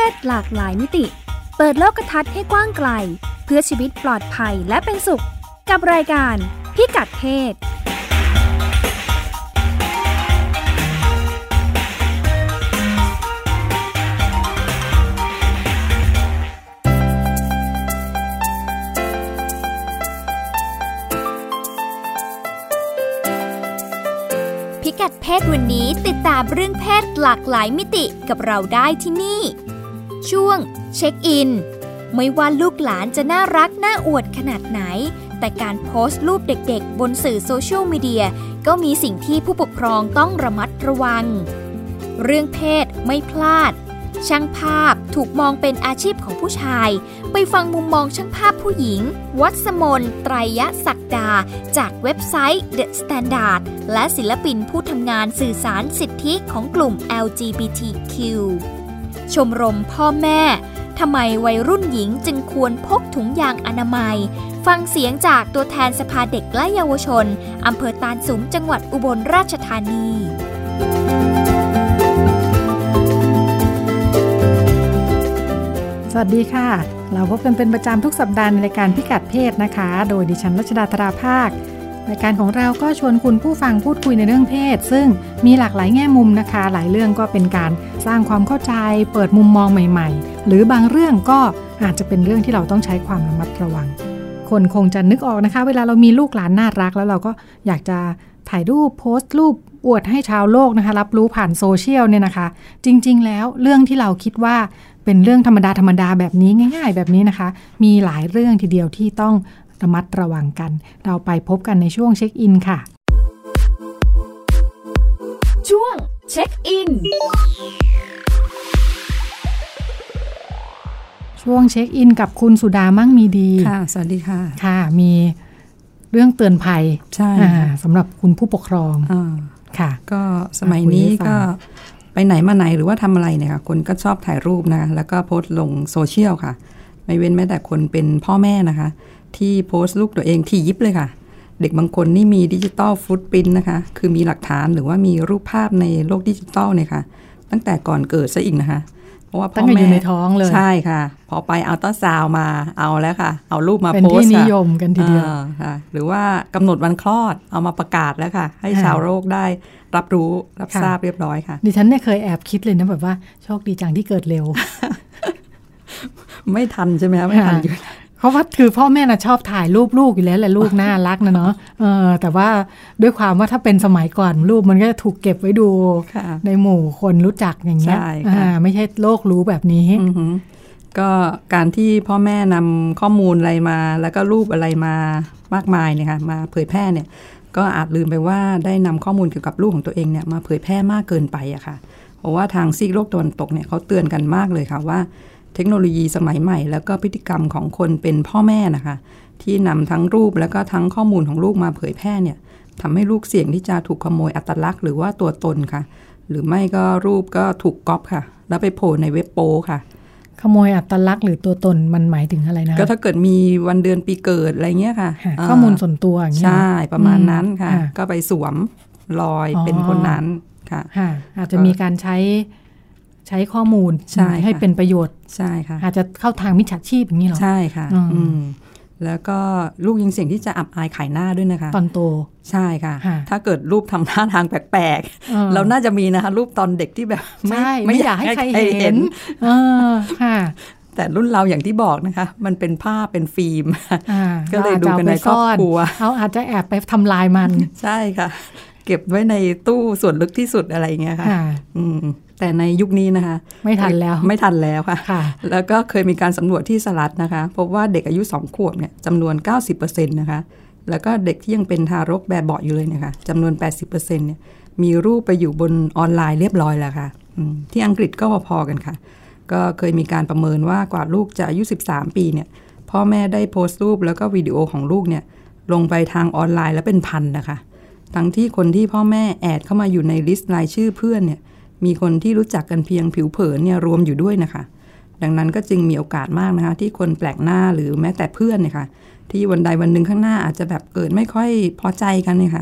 ศหลากหลายมิติเปิดโลกทัศน์ให้กว้างไกลเพื่อชีวิตปลอดภัยและเป็นสุขกับรายการพิกัดเพศพิกัดเพศวันนี้ติดตามเรื่องเพศหลากหลายมิติกับเราได้ที่นี่ช่วงเช็คอินไม่ว่าลูกหลานจะน่ารักน่าอวดขนาดไหนแต่การโพสต์รูปเด็กๆบนสื่อโซเชียลมีเดียก็มีสิ่งที่ผู้ปกครองต้องระมัดระวังเรื่องเพศไม่พลาดช่างภาพถูกมองเป็นอาชีพของผู้ชายไปฟังมุมมองช่างภาพผู้หญิงวัศมน ไตรยศักดาจากเว็บไซต์ The Standard และศิลปินผู้ทำงานสื่อสารสิทธิของกลุ่ม LGBTQ ชมรมพ่อแม่ทำไมวัยรุ่นหญิงจึงควรพกถุงยางอนามัยฟังเสียงจากตัวแทนสภาเด็กและเยาวชนอำเภอตาลสุมจังหวัดอุบลราชธานีสวัสดีค่ะเราพบกันเป็นประจำทุกสัปดาห์ในรายการพิกัดเพศนะคะโดยดิฉันรัชดาธราภาครายการของเราก็ชวนคุณผู้ฟังพูดคุยในเรื่องเพศซึ่งมีหลากหลายแง่มุมนะคะหลายเรื่องก็เป็นการสร้างความเข้าใจเปิดมุมมองใหม่ๆหรือบางเรื่องก็อาจจะเป็นเรื่องที่เราต้องใช้ความระมัดระวังคนคงจะนึกออกนะคะเวลาเรามีลูกหลานน่ารักแล้วเราก็อยากจะถ่ายรูปโพสต์รูปอวดให้ชาวโลกนะคะรับรู้ผ่านโซเชียลเนี่ยนะคะจริงๆแล้วเรื่องที่เราคิดว่าเป็นเรื่องธรรมดาแบบนี้ง่ายๆแบบนี้นะคะมีหลายเรื่องทีเดียวที่ต้องระมัดระวังกันเราไปพบกันในช่วงเช็คอินค่ะช่วงเช็คอินช่วงเช็คอินกับคุณสุดามั่งมีดีค่ะสวัสดีค่ะค่ะมีเรื่องเตือนภัยใช่สำหรับคุณผู้ปกครองค่ะก็สมัยนี้ก็ไปไหนมาไหนหรือว่าทำอะไรเนี่ยค่ะคนก็ชอบถ่ายรูปนะคะแล้วก็โพสต์ลงโซเชียลค่ะไม่เว้นแม้แต่คนเป็นพ่อแม่นะคะที่โพสต์รูปตัวเองที่ยิบเลยค่ะเด็กบางคนนี่มีดิจิตอลฟุตปรินท์นะคะคือมีหลักฐานหรือว่ามีรูปภาพในโลกดิจิตอลเนี่ยค่ะตั้งแต่ก่อนเกิดซะอีกนะคะเพราะว่าพ่อแม่อยู่ในท้องเลยใช่ค่ะพอไปอัลตราซาวด์มาเอาแล้วค่ะเอารูปมาโพสต์เป็นที่นิยมกันทีเดียวค่ะหรือว่ากำหนดวันคลอดเอามาประกาศแล้วค่ะให้ชาวโลกได้รับรู้รับทราบเรียบร้อยค่ะดิฉันเนี่ยเคยแอบคิดเลยนะแบบว่าโชคดีจังที่เกิดเร็วไม่ทันใช่ไหมคะไม่ทันอยู่เพราะว่าคือพ่อแม่น่ะชอบถ่ายรูปลูกอยู่แล้วแหละลูกน่ารักนะเนาะแต่ว่าด้วยความว่าถ้าเป็นสมัยก่อนรูปมันก็จะถูกเก็บไว้ดูในหมู่คนรู้จักอย่างเงี้ยไม่ใช่โลกรู้แบบนี้ก็การที่พ่อแม่นำข้อมูลอะไรมาแล้วก็รูปอะไรมามากมายเนี่ยค่ะมาเผยแพร่เนี่ยก็อาจลืมไปว่าได้นำข้อมูลเกี่ยวกับลูกของตัวเองเนี่ยมาเผยแพร่มากเกินไปอะค่ะเพราะว่าทางซีกโลกตะวันตกเนี่ยเขาเตือนกันมากเลยค่ะว่าเทคโนโลยีสมัยใหม่แล้วก็พฤติกรรมของคนเป็นพ่อแม่นะคะที่นำทั้งรูปแล้วก็ทั้งข้อมูลของลูกมาเผยแพร่เนี่ยทำให้ลูกเสี่ยงที่จะถูกขโมยอัตลักษณ์หรือว่าตัวตนค่ะหรือไม่ก็รูปก็ถูกก๊อปค่ะแล้วไปโผล่ในเว็บโป๊ค่ะขโมยอัตลักษณ์หรือตัวตนมันหมายถึงอะไรนะก็ถ้าเกิดมีวันเดือนปีเกิดอะไรเงี้ยค่ะข้อมูลส่วนตัวอย่างเงี้ยใช่ประมาณนั้นค่ะก็ไปสวมรอยเป็นคนนั้นค่ะอาจจะมีการใช้ข้อมูลให้เป็นประโยชน์ใช่ค่ะอาจจะเข้าทางมิจฉาชีพอย่างนี้หรอใช่ค่ะแล้วก็ลูกยังเสี่ยงที่จะอับอายขายหน้าด้วยนะคะตอนโตใช่ค่ะถ้าเกิดรูปทำท่าทางแปลกๆเราน่าจะมีนะคะรูปตอนเด็กที่แบบไม่อยากให้ใครเห็นแต่รุ่นเราอย่างที่บอกนะคะมันเป็นภาพเป็นฟิล์มก็เลยดูกันในครอบครัวเขาอาจจะแอบไปทำลายมันใช่ค่ะเก็บไว้ในตู้ส่วนลึกที่สุดอะไรอย่างเงี้ยค่ะแต่ในยุคนี้นะคะไม่ทันแล้วค่ะแล้วก็เคยมีการสำรวจที่สหรัฐนะคะพบว่าเด็กอายุ2 ขวบเนี่ยจำนวน 90% นะคะแล้วก็เด็กที่ยังเป็นทารกแบบเบาะอยู่เลยเนี่ยค่ะจำนวน 80% เนี่ยมีรูปไปอยู่บนออนไลน์เรียบร้อยแล้วค่ะที่อังกฤษก็พอๆกันค่ะก็เคยมีการประเมินว่ากว่าลูกจะอายุ13 ปีเนี่ยพ่อแม่ได้โพสต์รูปแล้วก็วิดีโอของลูกเนี่ยลงไปทางออนไลน์แล้วเป็นพันนะคะทั้งที่คนที่พ่อแม่แอดเข้ามาอยู่ในลิสต์รายชื่อเพื่อนเนี่ยมีคนที่รู้จักกันเพียงผิวเผินเนี่ยรวมอยู่ด้วยนะคะดังนั้นก็จึงมีโอกาสมากนะคะที่คนแปลกหน้าหรือแม้แต่เพื่อนเนี่ยค่ะที่วันใดวันหนึ่งข้างหน้าอาจจะแบบเกิดไม่ค่อยพอใจกันเนี่ยค่ะ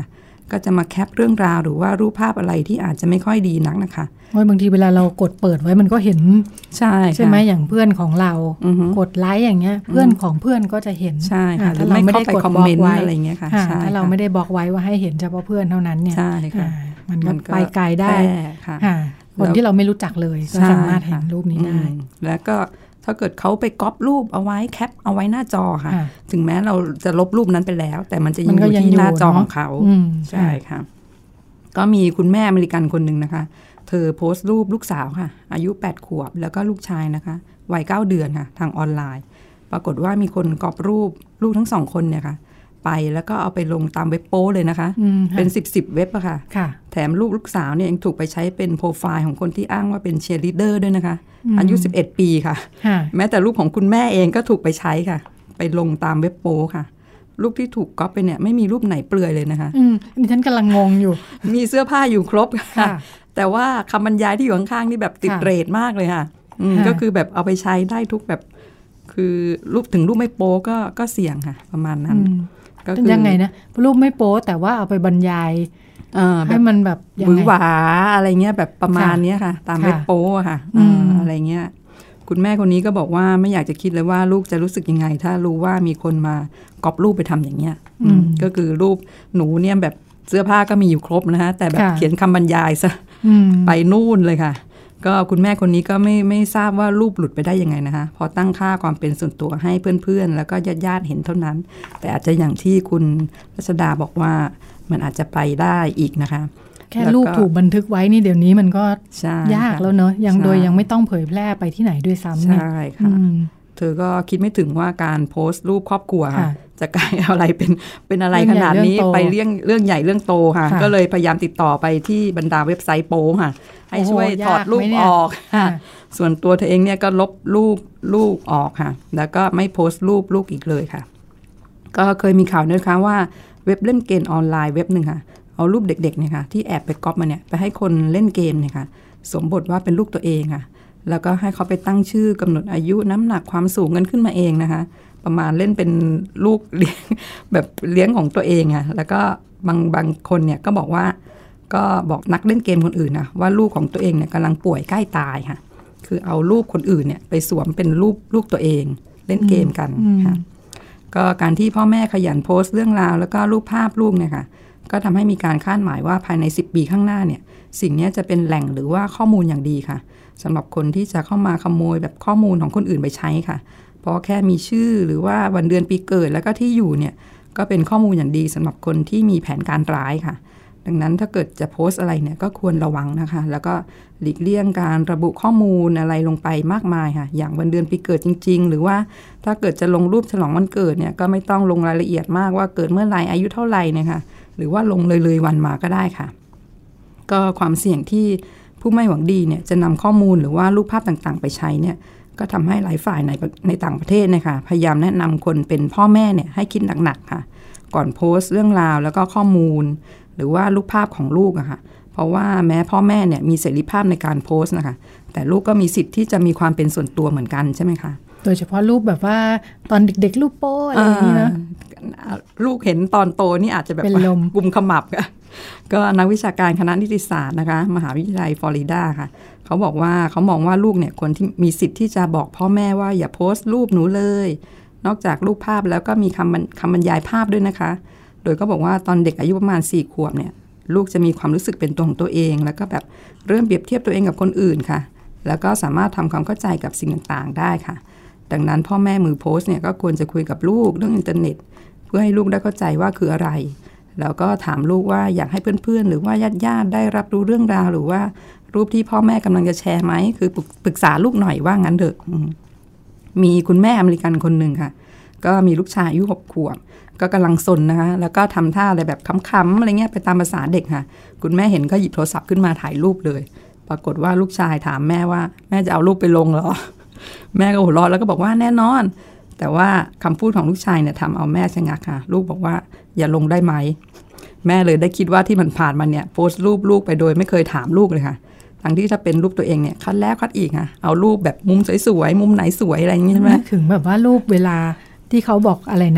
ก็จะมาแคปเรื่องราวหรือว่ารูปภาพอะไรที่อาจจะไม่ค่อยดีนักนะคะบางทีเวลาเรากดเปิดไว้มันก็เห็นใช่ไหมอย่างเพื่อนของเรากดไลค์อย่างเงี้ยเพื่อนของเพื่อนก็จะเห็นใช่ค่ะถ้าเราไม่ได้กดคอมเมนต์อะไรเงี้ยค่ะถ้าเราไม่ได้บอกไว้ว่าให้เห็นเฉพาะเพื่อนเท่านั้นเนี่ยมันก็ไปไกลได้คนที่เราไม่รู้จักเลยก็สามารถเห็นรูปนี้ได้แล้วก็ถ้าเกิดเขาไปก๊อปรูปเอาไว้แคปเอาไว้หน้าจอค่ะถึงแม้เราจะลบรูปนั้นไปแล้วแต่มันจะยังอยู่ที่หน้าจอของเขาใช่ค่ะก็มีคุณแม่อเมริกันคนหนึ่งนะคะเธอโพสต์รูปลูกสาวค่ะอายุ8 ขวบแล้วก็ลูกชายนะคะวัย9 เดือนค่ะทางออนไลน์ปรากฏว่ามีคนก๊อปรูปลูกทั้ง2 คนเนี่ยค่ะไปแล้วก็เอาไปลงตามเว็บโป้เลยนะคะเป็น10เว็บอะค่ะแถมลูกสาวเนี่ยยังถูกไปใช้เป็นโปรไฟล์ของคนที่อ้างว่าเป็นเชียร์ลีดเดอร์ด้วยนะคะอายุ11 ปีค่ะแม้แต่รูปของคุณแม่เองก็ถูกไปใช้ค่ะไปลงตามเว็บโป้ค่ะรูปที่ถูกก๊อปไปเนี่ยไม่มีรูปไหนเปลือยเลยนะคะดิฉันกำลังงงอยู่มีเสื้อผ้าอยู่ครบค่ะแต่ว่าคำบรรยายที่อยู่ข้างๆนี่แบบติดเรทมากเลยค่ะก็คือแบบเอาไปใช้ได้ทุกแบบคือรูปถึงรูปไม่โป๊ก็เสี่ยงค่ะประมาณนั้นก็คือยังไงนะรูปไม่โป๊แต่ว่าเอาไปบรรยายให้มันแบบหวือหวาอะไรเงี้ยแบบประมาณนี้ค่ะตามเว็บโป๊ค่ะอะไรเงี้ยคุณแม่คนนี้ก็บอกว่าไม่อยากจะคิดเลยว่าลูกจะรู้สึกยังไงถ้ารู้ว่ามีคนมาก๊อปรูปไปทำอย่างเงี้ยก็คือรูปหนูเนี่ยแบบเสื้อผ้าก็มีอยู่ครบนะคะแต่แบบเขียนคำบรรยายซะไปนู่นเลยค่ะก็คุณแม่คนนี้ก็ไม่ทราบว่ารูปหลุดไปได้ยังไงนะคะพอตั้งค่าความเป็นส่วนตัวให้เพื่อนๆแล้วก็ญาติๆเห็นเท่านั้นแต่อาจจะอย่างที่คุณรัชดาบอกว่ามันอาจจะไปได้อีกนะคะแค่รูปถูกบันทึกไว้นี่เดี๋ยวนี้มันก็ยากแล้วเนอะยังไม่ต้องเผยแพร่ไปที่ไหนด้วยซ้ำเนี่ยใช่ค่ะเธอก็คิดไม่ถึงว่าการโพสต์รูปครอบครัวค่ะจะกลายอะไรเป็นอะไรขนาดนี้ไปเรื่องใหญ่เรื่องโตค่ะก็เลยพยายามติดต่อไปที่บรรดาเว็บไซต์โป๊ค่ะให้ช่วยถอดรูปออกค่ะส่วนตัวเธอเองเนี่ยก็ลบลูกออกค่ะแล้วก็ไม่โพสต์รูปลูกอีกเลยค่ะก็เคยมีข่าวนะคะว่าเว็บเล่นเกมออนไลน์เว็บหนึ่งค่ะเอารูปเด็กๆเนี่ยค่ะที่แอบไปก๊อปมาเนี่ยไปให้คนเล่นเกมเนี่ยค่ะสวมบทว่าเป็นลูกตัวเองค่ะแล้วก็ให้เขาไปตั้งชื่อกำหนดอายุน้ำหนักความสูงกันขึ้นมาเองนะคะประมาณเล่นเป็นลูกเลี้ยงแบบเลี้ยงของตัวเองอะแล้วก็บางคนเนี่ยก็บอกว่าก็บอกนักเล่นเกมคนอื่นนะว่าลูกของตัวเองเนี่ยกำลังป่วยใกล้ตายค่ะคือเอาลูกคนอื่นเนี่ยไปสวมเป็นลูกตัวเองเล่นเกมกันค่ะก็การที่พ่อแม่ขยันโพสต์เรื่องราวแล้วก็รูปภาพลูกเนี่ยค่ะก็ทำให้มีการคาดหมายว่าภายใน10 ปีข้างหน้าเนี่ยสิ่งนี้จะเป็นแหล่งหรือว่าข้อมูลอย่างดีค่ะสำหรับคนที่จะเข้ามาขโมยแบบข้อมูลของคนอื่นไปใช้ค่ะเพราะแค่มีชื่อหรือว่าวันเดือนปีเกิดแล้วก็ที่อยู่เนี่ยก็เป็นข้อมูลอย่างดีสำหรับคนที่มีแผนการร้ายค่ะดังนั้นถ้าเกิดจะโพสต์อะไรเนี่ยก็ควรระวังนะคะแล้วก็หลีกเลี่ยงการระบุข้อมูลอะไรลงไปมากมายค่ะอย่างวันเดือนปีเกิดจริงๆหรือว่าถ้าเกิดจะลงรูปฉลองวันเกิดเนี่ยก็ไม่ต้องลงรายละเอียดมากว่าเกิดเมื่อไหร่อายุเท่าไหร่เนี่ยค่ะหรือว่าลงเลยวันมาก็ได้ค่ะก็ความเสี่ยงที่ผู้ไม่หวังดีเนี่ยจะนำข้อมูลหรือว่ารูปภาพต่างๆไปใช้เนี่ยก็ทำให้หลายฝ่ายในต่างประเทศนะคะพยายามแนะนำคนเป็นพ่อแม่เนี่ยให้คิดหนักๆค่ะก่อนโพสต์เรื่องราวแล้วก็ข้อมูลหรือว่ารูปภาพของลูกอะค่ะเพราะว่าแม้พ่อแม่เนี่ยมีเสรีภาพในการโพสต์นะคะแต่ลูกก็มีสิทธิ์ที่จะมีความเป็นส่วนตัวเหมือนกันใช่ไหมคะโดยเฉพาะรูปแบบว่าตอนเด็กๆรูปโป้อะไรอย่างนี้นะลูกเห็นตอนโตนี่อาจจะแบบกุมขมับก็นักวิชาการคณะนิติศาสตร์นะคะมหาวิทยาลัยฟลอริดาค่ะเขาบอกว่าเขามองว่าลูกเนี่ยควรที่มีสิทธิ์ที่จะบอกพ่อแม่ว่าอย่าโพสต์รูปหนูเลยนอกจากรูปภาพแล้วก็มีคำบรรยายภาพด้วยนะคะโดยก็บอกว่าตอนเด็กอายุประมาณ4 ขวบเนี่ยลูกจะมีความรู้สึกเป็นตัวของตัวเองแล้วก็แบบเริ่มเปรียบเทียบตัวเองกับคนอื่นค่ะแล้วก็สามารถทำความเข้าใจกับสิ่งต่างๆได้ค่ะดังนั้นพ่อแม่มือโพสต์เนี่ยก็ควรจะคุยกับลูกเรื่องอินเทอร์เน็ตเพื่อให้ลูกได้เข้าใจว่าคืออะไรแล้วก็ถามลูกว่าอยากให้เพื่อนๆหรือว่าญาติๆได้รับรู้เรื่องราวหรือว่ารูปที่พ่อแม่กำลังจะแชร์ไหมคือปรึกษาลูกหน่อยว่างั้นเถอะมีคุณแม่อเมริกันคนหนึ่งค่ะก็มีลูกชายอายุ6 ขวบก็กำลังซนนะคะแล้วก็ทำท่าอะไรแบบค้ำๆอะไรเงี้ยไปตามภาษาเด็กค่ะคุณแม่เห็นก็หยิบโทรศัพท์ขึ้นมาถ่ายรูปเลยปรากฏว่าลูกชายถามแม่ว่าแม่จะเอารูปไปลงเหรอแม่ก็หัวเราะแล้วก็บอกว่าแน่นอนแต่ว่าคำพูดของลูกชายเนี่ยทำเอาแม่ชะงักค่ะลูกบอกว่าอย่าลงได้ไหมแม่เลยได้คิดว่าที่มันผ่านมาเนี่ยโพสต์รูปลูกไปโดยไม่เคยถามลูกเลยค่ะทั้งที่ถ้าเป็นรูปตัวเองเนี่ยคัดแล้วคัดอีกค่ะเอารูปแบบมุมสวยๆมุมไหนสวยอะไรอย่างนี้ใช่ไหมถึงแบบว่ารูปเวลาที่เขาบอกอะไรนะ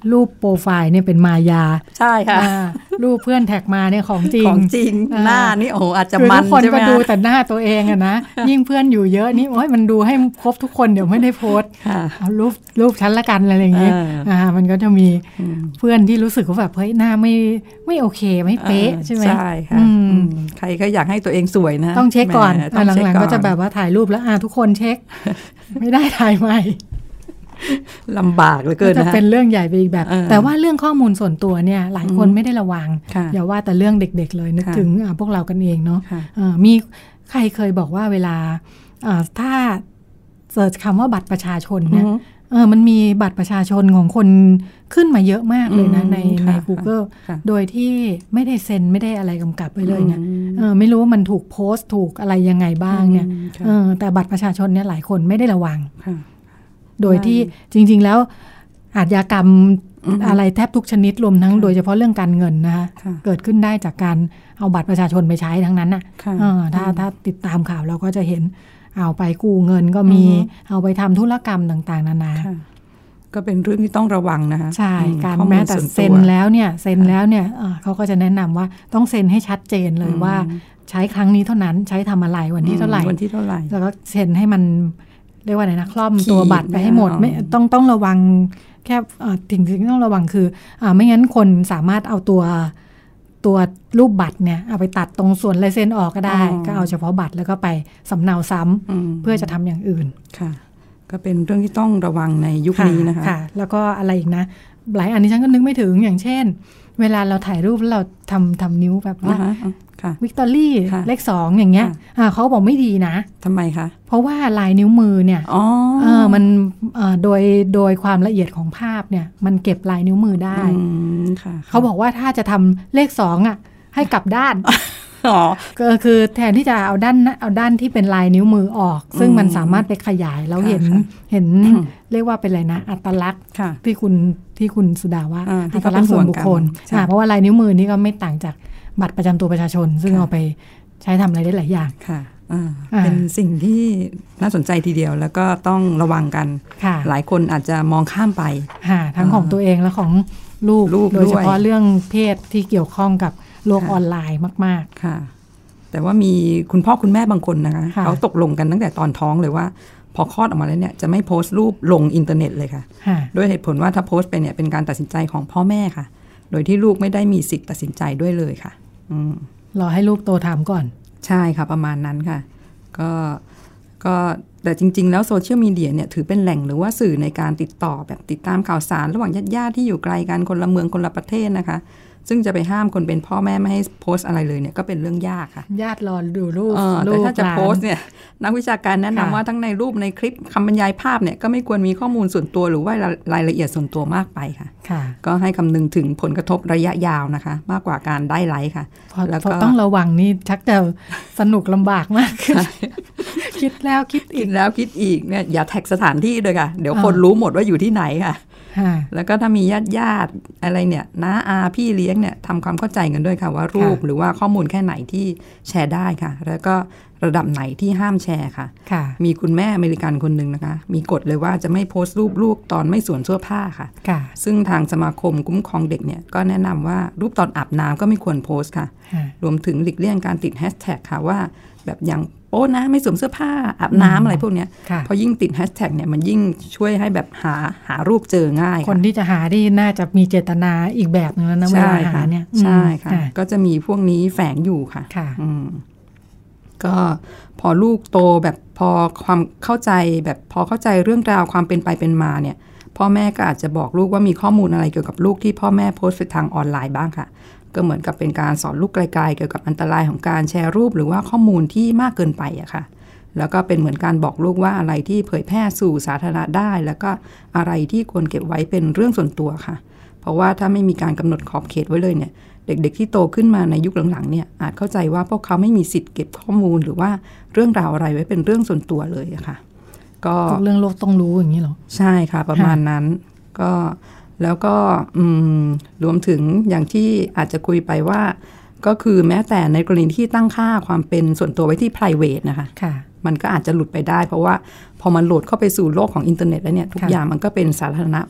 รูปโปรไฟล์เนี่ยเป็นมายาใช่ค่ะรูปเพื่อนแท็กมาเนี่ยของจริงหน้านี่โอ้อาจจะมันใช่ไหมทุกคนก็ดูแต่หน้าตัวเองอะนะยิ่งเพื่อนอยู่เยอะนี่โอ้ยมันดูให้ครบทุกคนเดี๋ยวไม่ได้โพสเอารูปฉันละกันอะไรอย่างเงี้ยมันก็จะมีเพื่อนที่รู้สึกว่าแบบเฮ้ยหน้าไม่โอเคไม่เป๊ะใช่ไหมใช่ค่ะใครก็อยากให้ตัวเองสวยนะต้องเช็คก่อนหลังๆก็จะแบบว่าถ่ายรูปแล้วทุกคนเช็คไม่ได้ถ่ายใหม่ลำบากเหลือเกินนะจะเป็นเรื่องใหญ่ไปอีกแบบแต่ว่าเรื่องข้อมูลส่วนตัวเนี่ยหลายคนไม่ได้ระวังอย่าว่าแต่เรื่องเด็กๆเลยนึกถึงพวกเรากันเองเนาะมีใครเคยบอกว่าเวลาถ้าเสิร์ชคำว่าบัตรประชาชนเนี่ยมันมีบัตรประชาชนของคนขึ้นมาเยอะมากเลยนะใน Google โดยที่ไม่ได้เซ็นไม่ได้อะไรกำกับไว้เลยเนี่ยไม่รู้ว่ามันถูกโพสต์ถูกอะไรยังไงบ้างเนี่ยแต่บัตรประชาชนเนี่ยหลายคนไม่ได้ระวังโดยที่จริงๆแล้วอาชญากรรมอะไรแทบทุกชนิดรวมทั้งโดยเฉพาะเรื่องการเงินนะคะเกิดขึ้นได้จากการเอาบัตรประชาชนไปใช้ทั้งนั้นน่ะถ้าติดตามข่าวเราก็จะเห็นเอาไปกู้เงินก็มีเอาไปทำธุรกรรมต่างๆนานาก็เป็นเรื่องที่ต้องระวังนะคะใช่การแม้แต่เซ็นแล้วเนี่ยเขาก็จะแนะนำว่าต้องเซ็นให้ชัดเจนเลยว่าใช้ครั้งนี้เท่านั้นใช้ทำอะไรวันที่เท่าไหร่แล้วก็เซ็นให้มันเรียกว่าอะไรนะคล่อมตัวบัตรไปให้หมดไม่ต้องระวังแค่สิ่งที่ต้องระวังคือไม่งั้นคนสามารถเอาตัวรูปบัตรเนี่ยเอาไปตัดตรงส่วนลายเซ็นออกก็ได้ก็เอาเฉพาะบัตรแล้วก็ไปสำเนาซ้ำเพื่อจะทำอย่างอื่นค่ะก็เป็นเรื่องที่ต้องระวังในยุคนี้นะคะค่ะแล้วก็อะไรอีกนะหลายอันนี้ฉันก็นึกไม่ถึงอย่างเช่นเวลาเราถ่ายรูปแล้วเราทำนิ้วแบบว่าวิกตอรี่เลข2อย่างเงี้ยเขาบอกไม่ดีนะทำไมคะเพราะว่าลายนิ้วมือเนี่ยมันโดยความละเอียดของภาพเนี่ยมันเก็บลายนิ้วมือได้เขาบอกว่าถ้าจะทำเลข2อ่ะให้กลับด้านก็คือแทนที่จะเอาด้านที่เป็นลายนิ้วมือออกซึ่งมันสามารถไปขยายแล้วเห็นเรียกว่าเป็นอะไรนะอัตลักษณ์ที่คุณสุดาว่าอัตลักษณ์ส่วนบุคคลเพราะว่าลายนิ้วมือนี่ก็ไม่ต่างจากบัตรประจำตัวประชาชนซึ่งเอาไปใช้ทำอะไรได้หลายอย่างค่ะเป็นสิ่งที่น่าสนใจทีเดียวแล้วก็ต้องระวังกันหลายคนอาจจะมองข้ามไปทั้งของตัวเองและของลูกโดยเฉพาะเรื่องเพศที่เกี่ยวข้องกับโลกออนไลน์มากๆค่ะแต่ว่ามีคุณพ่อคุณแม่บางคนนะคะเขาตกลงกันตั้งแต่ตอนท้องเลยว่าพอคลอดออกมาแล้วเนี่ยจะไม่โพสต์รูปลงอินเทอร์เน็ตเลยค่ะด้วยเหตุผลว่าถ้าโพสต์ไปเนี่ยเป็นการตัดสินใจของพ่อแม่ค่ะโดยที่ลูกไม่ได้มีสิทธิ์ตัดสินใจด้วยเลยค่ะรอให้ลูกโตถามก่อนใช่ค่ะประมาณนั้นค่ะก็แต่จริงๆแล้วโซเชียลมีเดียเนี่ยถือเป็นแหล่งหรือว่าสื่อในการติดต่อแบบติดตามข่าวสารระหว่างญาติๆที่อยู่ไกลกันคนละเมืองคนละประเทศนะคะซึ่งจะไปห้ามคนเป็นพ่อแม่ไม่ให้โพสต์อะไรเลยเนี่ยก็เป็นเรื่องยากค่ะญาติรอดูรูปแต่ถ้าจะโพสต์เนี่ยนักวิชาการแนะนำว่าทั้งในรูปในคลิปคำบรรยายภาพเนี่ยก็ไม่ควรมีข้อมูลส่วนตัวหรือว่ารายละเอียดส่วนตัวมากไปค่ะก็ให้คำนึงถึงผลกระทบระยะยาวนะคะมากกว่าการได้ไลค์ค่ะแล้วก็ต้องระวังนี่ชักจะสนุกลำบากมากขึ้นคิดแล้วคิดอีกเนี่ยอย่าแท็กสถานที่ด้วยค่ะเดี๋ยวคนรู้หมดว่าอยู่ที่ไหนค่ะแล้วก็ถ้ามีญาติอะไรเนี่ยน้าอาพี่เลี้ยงเนี่ยทำความเข้าใจกันด้วยค่ะว่ารูปหรือว่าข้อมูลแค่ไหนที่แชร์ได้ค่ะแล้วก็ระดับไหนที่ห้ามแชร์ค่ะมีคุณแม่อเมริกันคนหนึ่งนะคะมีกฎเลยว่าจะไม่โพสต์รูปลูกตอนไม่สวมเสื้อผ้าค่ะซึ่งทางสมาคมคุ้มครองเด็กเนี่ยก็แนะนำว่ารูปตอนอาบน้ำก็ไม่ควรโพสต์ค่ะรวมถึงหลีกเลี่ยงการติดแฮชแท็กค่ะว่าแบบอย่างโอ้นะไม่สวมเสื้อผ้าอาบน้ำอะไรพวกนี้พอยิ่งติดแฮชแท็กเนี่ยมันยิ่งช่วยให้แบบหารูปเจอง่ายคนที่จะหาที่น่าจะมีเจตนาอีกแบบนึงแล้วนะเวลาหาเนี่ยใช่ค่ะก็จะมีพวกนี้แฝงอยู่ค่ะก็พอลูกโตแบบพอความเข้าใจแบบพอเข้าใจเรื่องราวความเป็นไปเป็นมาเนี่ยพ่อแม่ก็อาจจะบอกลูกว่ามีข้อมูลอะไรเกี่ยวกับลูกที่พ่อแม่โพสต์ทางออนไลน์บ้างค่ะก็เหมือนกับเป็นการสอนลูกไกลๆเกี่ยวกับอันตรายของการแชร์รูปหรือว่าข้อมูลที่มากเกินไปอะค่ะแล้วก็เป็นเหมือนการบอกลูกว่าอะไรที่เผยแพร่สู่สาธารณะได้แล้วก็อะไรที่ควรเก็บไว้เป็นเรื่องส่วนตัวค่ะเพราะว่าถ้าไม่มีการกำหนดขอบเขตไว้เลยเนี่ยเด็กๆที่โตขึ้นมาในยุคหลังๆเนี่ยอาจเข้าใจว่าพวกเขาไม่มีสิทธิ์เก็บข้อมูลหรือว่าเรื่องราวอะไรไว้เป็นเรื่องส่วนตัวเลยอะค่ะก็เรื่องโลกต้องรู้อย่างนี้หรอใช่ค่ะประมาณนั้นก็แล้วก็รวมถึงอย่างที่อาจจะคุยไปว่าก็คือแม้แต่ในกรณีที่ตั้งค่าความเป็นส่วนตัวไว้ที่ private นะคะมันก็อาจจะหลุดไปได้เพราะว่าพอมันโหลดเข้าไปสู่โลกของอินเทอร์เน็ตแล้วเนี่ยทุกอย่างมันก็เป็นสาธารณะหมด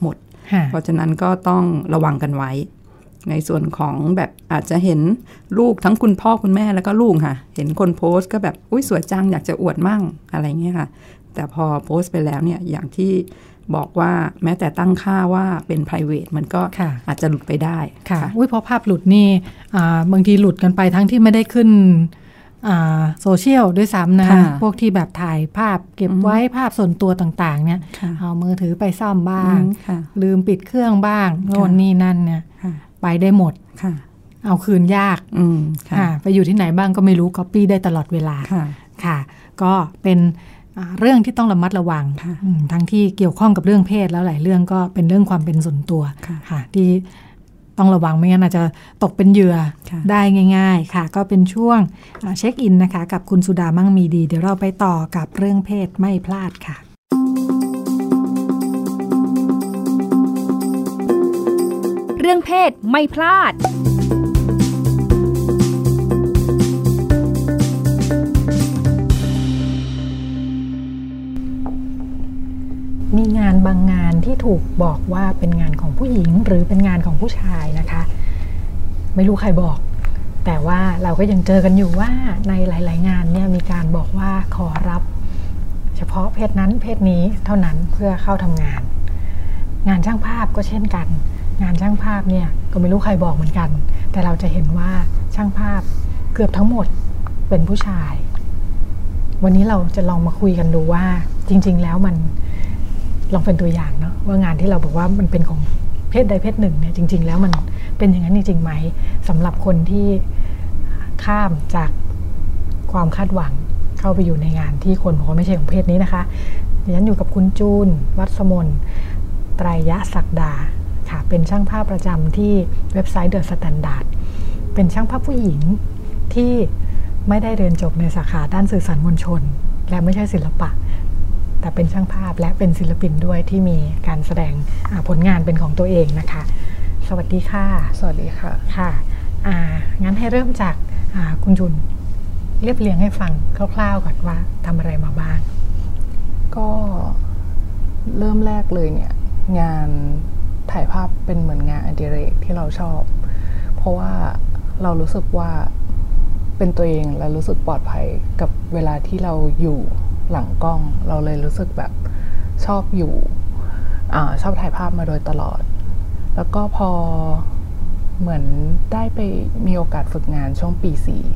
เพราะฉะนั้นก็ต้องระวังกันไว้ในส่วนของแบบอาจจะเห็นลูกทั้งคุณพ่อคุณแม่แล้วก็ลูกค่ะเห็นคนโพสต์ก็แบบอุ้ยสวยจังอยากจะอวดมั่งอะไรเงี้ยค่ะแต่พอโพสต์ไปแล้วเนี่ยอย่างที่บอกว่าแม้แต่ตั้งค่าว่าเป็น private มันก็อาจจะหลุดไปได้ค่ะอุ้ยพอภาพหลุดนี่บางทีหลุดกันไปทั้งที่ไม่ได้ขึ้นโซเชียลด้วยซ้ำนะคะพวกที่แบบถ่ายภาพเก็บไว้ภาพส่วนตัวต่างๆเนี่ยเอามือถือไปซ่อมบ้างลืมปิดเครื่องบ้างโน่นนี่นั่นเนี่ยไปได้หมดเอาคืนยากไปอยู่ที่ไหนบ้างก็ไม่รู้ก๊อปปี้ได้ตลอดเวลาค่ะก็เป็นเรื่องที่ต้องระมัดระวังทั้งที่เกี่ยวข้องกับเรื่องเพศแล้วหลายเรื่องก็เป็นเรื่องความเป็นส่วนตัวค่ะที่ต้องระวังไม่งั้นอาจจะตกเป็นเหยื่อได้ง่ายๆค่ะก็เป็นช่วงเช็คอินนะคะกับคุณสุดามั่งมีดีเดี๋ยวเราไปต่อกับเรื่องเพศไม่พลาดค่ะเรื่องเพศไม่พลาดมีงานบางงานที่ถูกบอกว่าเป็นงานของผู้หญิงหรือเป็นงานของผู้ชายนะคะไม่รู้ใครบอกแต่ว่าเราก็ยังเจอกันอยู่ว่าในหลายๆงานเนี่ยมีการบอกว่าขอรับเฉพาะเพศนั้นเพศนี้เท่านั้นเพื่อเข้าทำงานงานช่างภาพก็เช่นกันงานช่างภาพเนี่ยก็ไม่รู้ใครบอกเหมือนกันแต่เราจะเห็นว่าช่างภาพเกือบทั้งหมดเป็นผู้ชายวันนี้เราจะลองมาคุยกันดูว่าจริงๆแล้วมันลองเป็นตัวอย่างเนาะว่างานที่เราบอกว่ามันเป็นของเพศใดเพศหนึ่งเนี่ยจริงๆแล้วมันเป็นอย่างนั้นจริงๆไหมสำหรับคนที่ข้ามจากความคาดหวังเข้าไปอยู่ในงานที่คนบอกว่าไม่ใช่ของเพศนี้นะคะดิฉันอยู่กับคุณจูนวัฒมนไตรยศักดาค่ะเป็นช่างภาพประจำที่เว็บไซต์ The Standard เป็นช่างภาพผู้หญิงที่ไม่ได้เรียนจบในสาขาด้านสื่อสารมวลชนและไม่ใช่ศิลปะแต่เป็นช่างภาพและเป็นศิลปินด้วยที่มีการแสดงผลงานเป็นของตัวเองนะคะสวัสดีค่ะสวัสดีค่ะค่ะงั้นให้เริ่มจากคุณจุนเรียบเรียงให้ฟังคร่าวๆก่อนว่าทำอะไรมาบ้างก็เริ่มแรกเลยเนี่ยงานถ่ายภาพเป็นเหมือนงานอดิเรกที่เราชอบเพราะว่าเรารู้สึกว่าเป็นตัวเองและรู้สึกปลอดภัยกับเวลาที่เราอยู่หลังกล้องเราเลยรู้สึกแบบชอบอยู่ชอบถ่ายภาพมาโดยตลอดแล้วก็พอเหมือนได้ไปมีโอกาสฝึกงานช่วงปี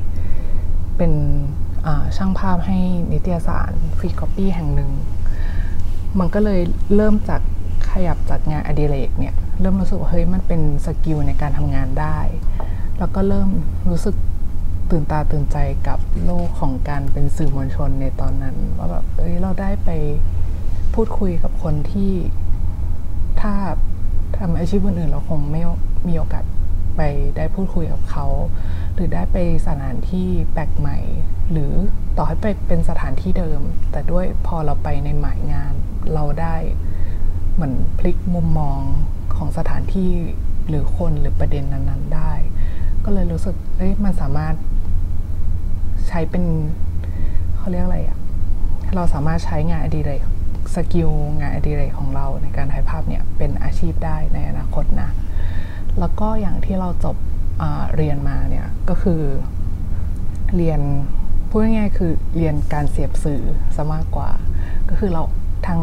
4เป็นช่างภาพให้นิตยสารฟรีคอปปี้แห่งหนึ่งมันก็เลยเริ่มจากขยับจากงานอดิเรกเนี่ยเริ่มรู้สึกว่าเฮ้ยมันเป็นสกิลในการทำงานได้แล้วก็เริ่มรู้สึกตื่นตาตื่นใจกับโลกของการเป็นสื่อมวลชนในตอนนั้นว่าแบบเราได้ไปพูดคุยกับคนที่ถ้าทำอาชีพอื่นๆเราคงไม่มีโอกาสไปได้พูดคุยกับเขาหรือได้ไปสถานที่แปลกใหม่หรือต่อให้ไปเป็นสถานที่เดิมแต่ด้วยพอเราไปในหมายงานเราได้เหมือนพลิกมุมมองของสถานที่หรือคนหรือประเด็นนั้นๆได้ก็เลยรู้สึกมันสามารถใช้เป็นเขาเรียกอะไรเราสามารถใช้งานอดิเรกสกิลงานอดิเรกของเราในการถ่ายภาพเนี่ยเป็นอาชีพได้ในอนาคตนะแล้วก็อย่างที่เราจบเรียนมาเนี่ยก็คือเรียนพูดง่ายๆคือเรียนการเสพสื่อซะมากกว่าก็คือเราทั้ง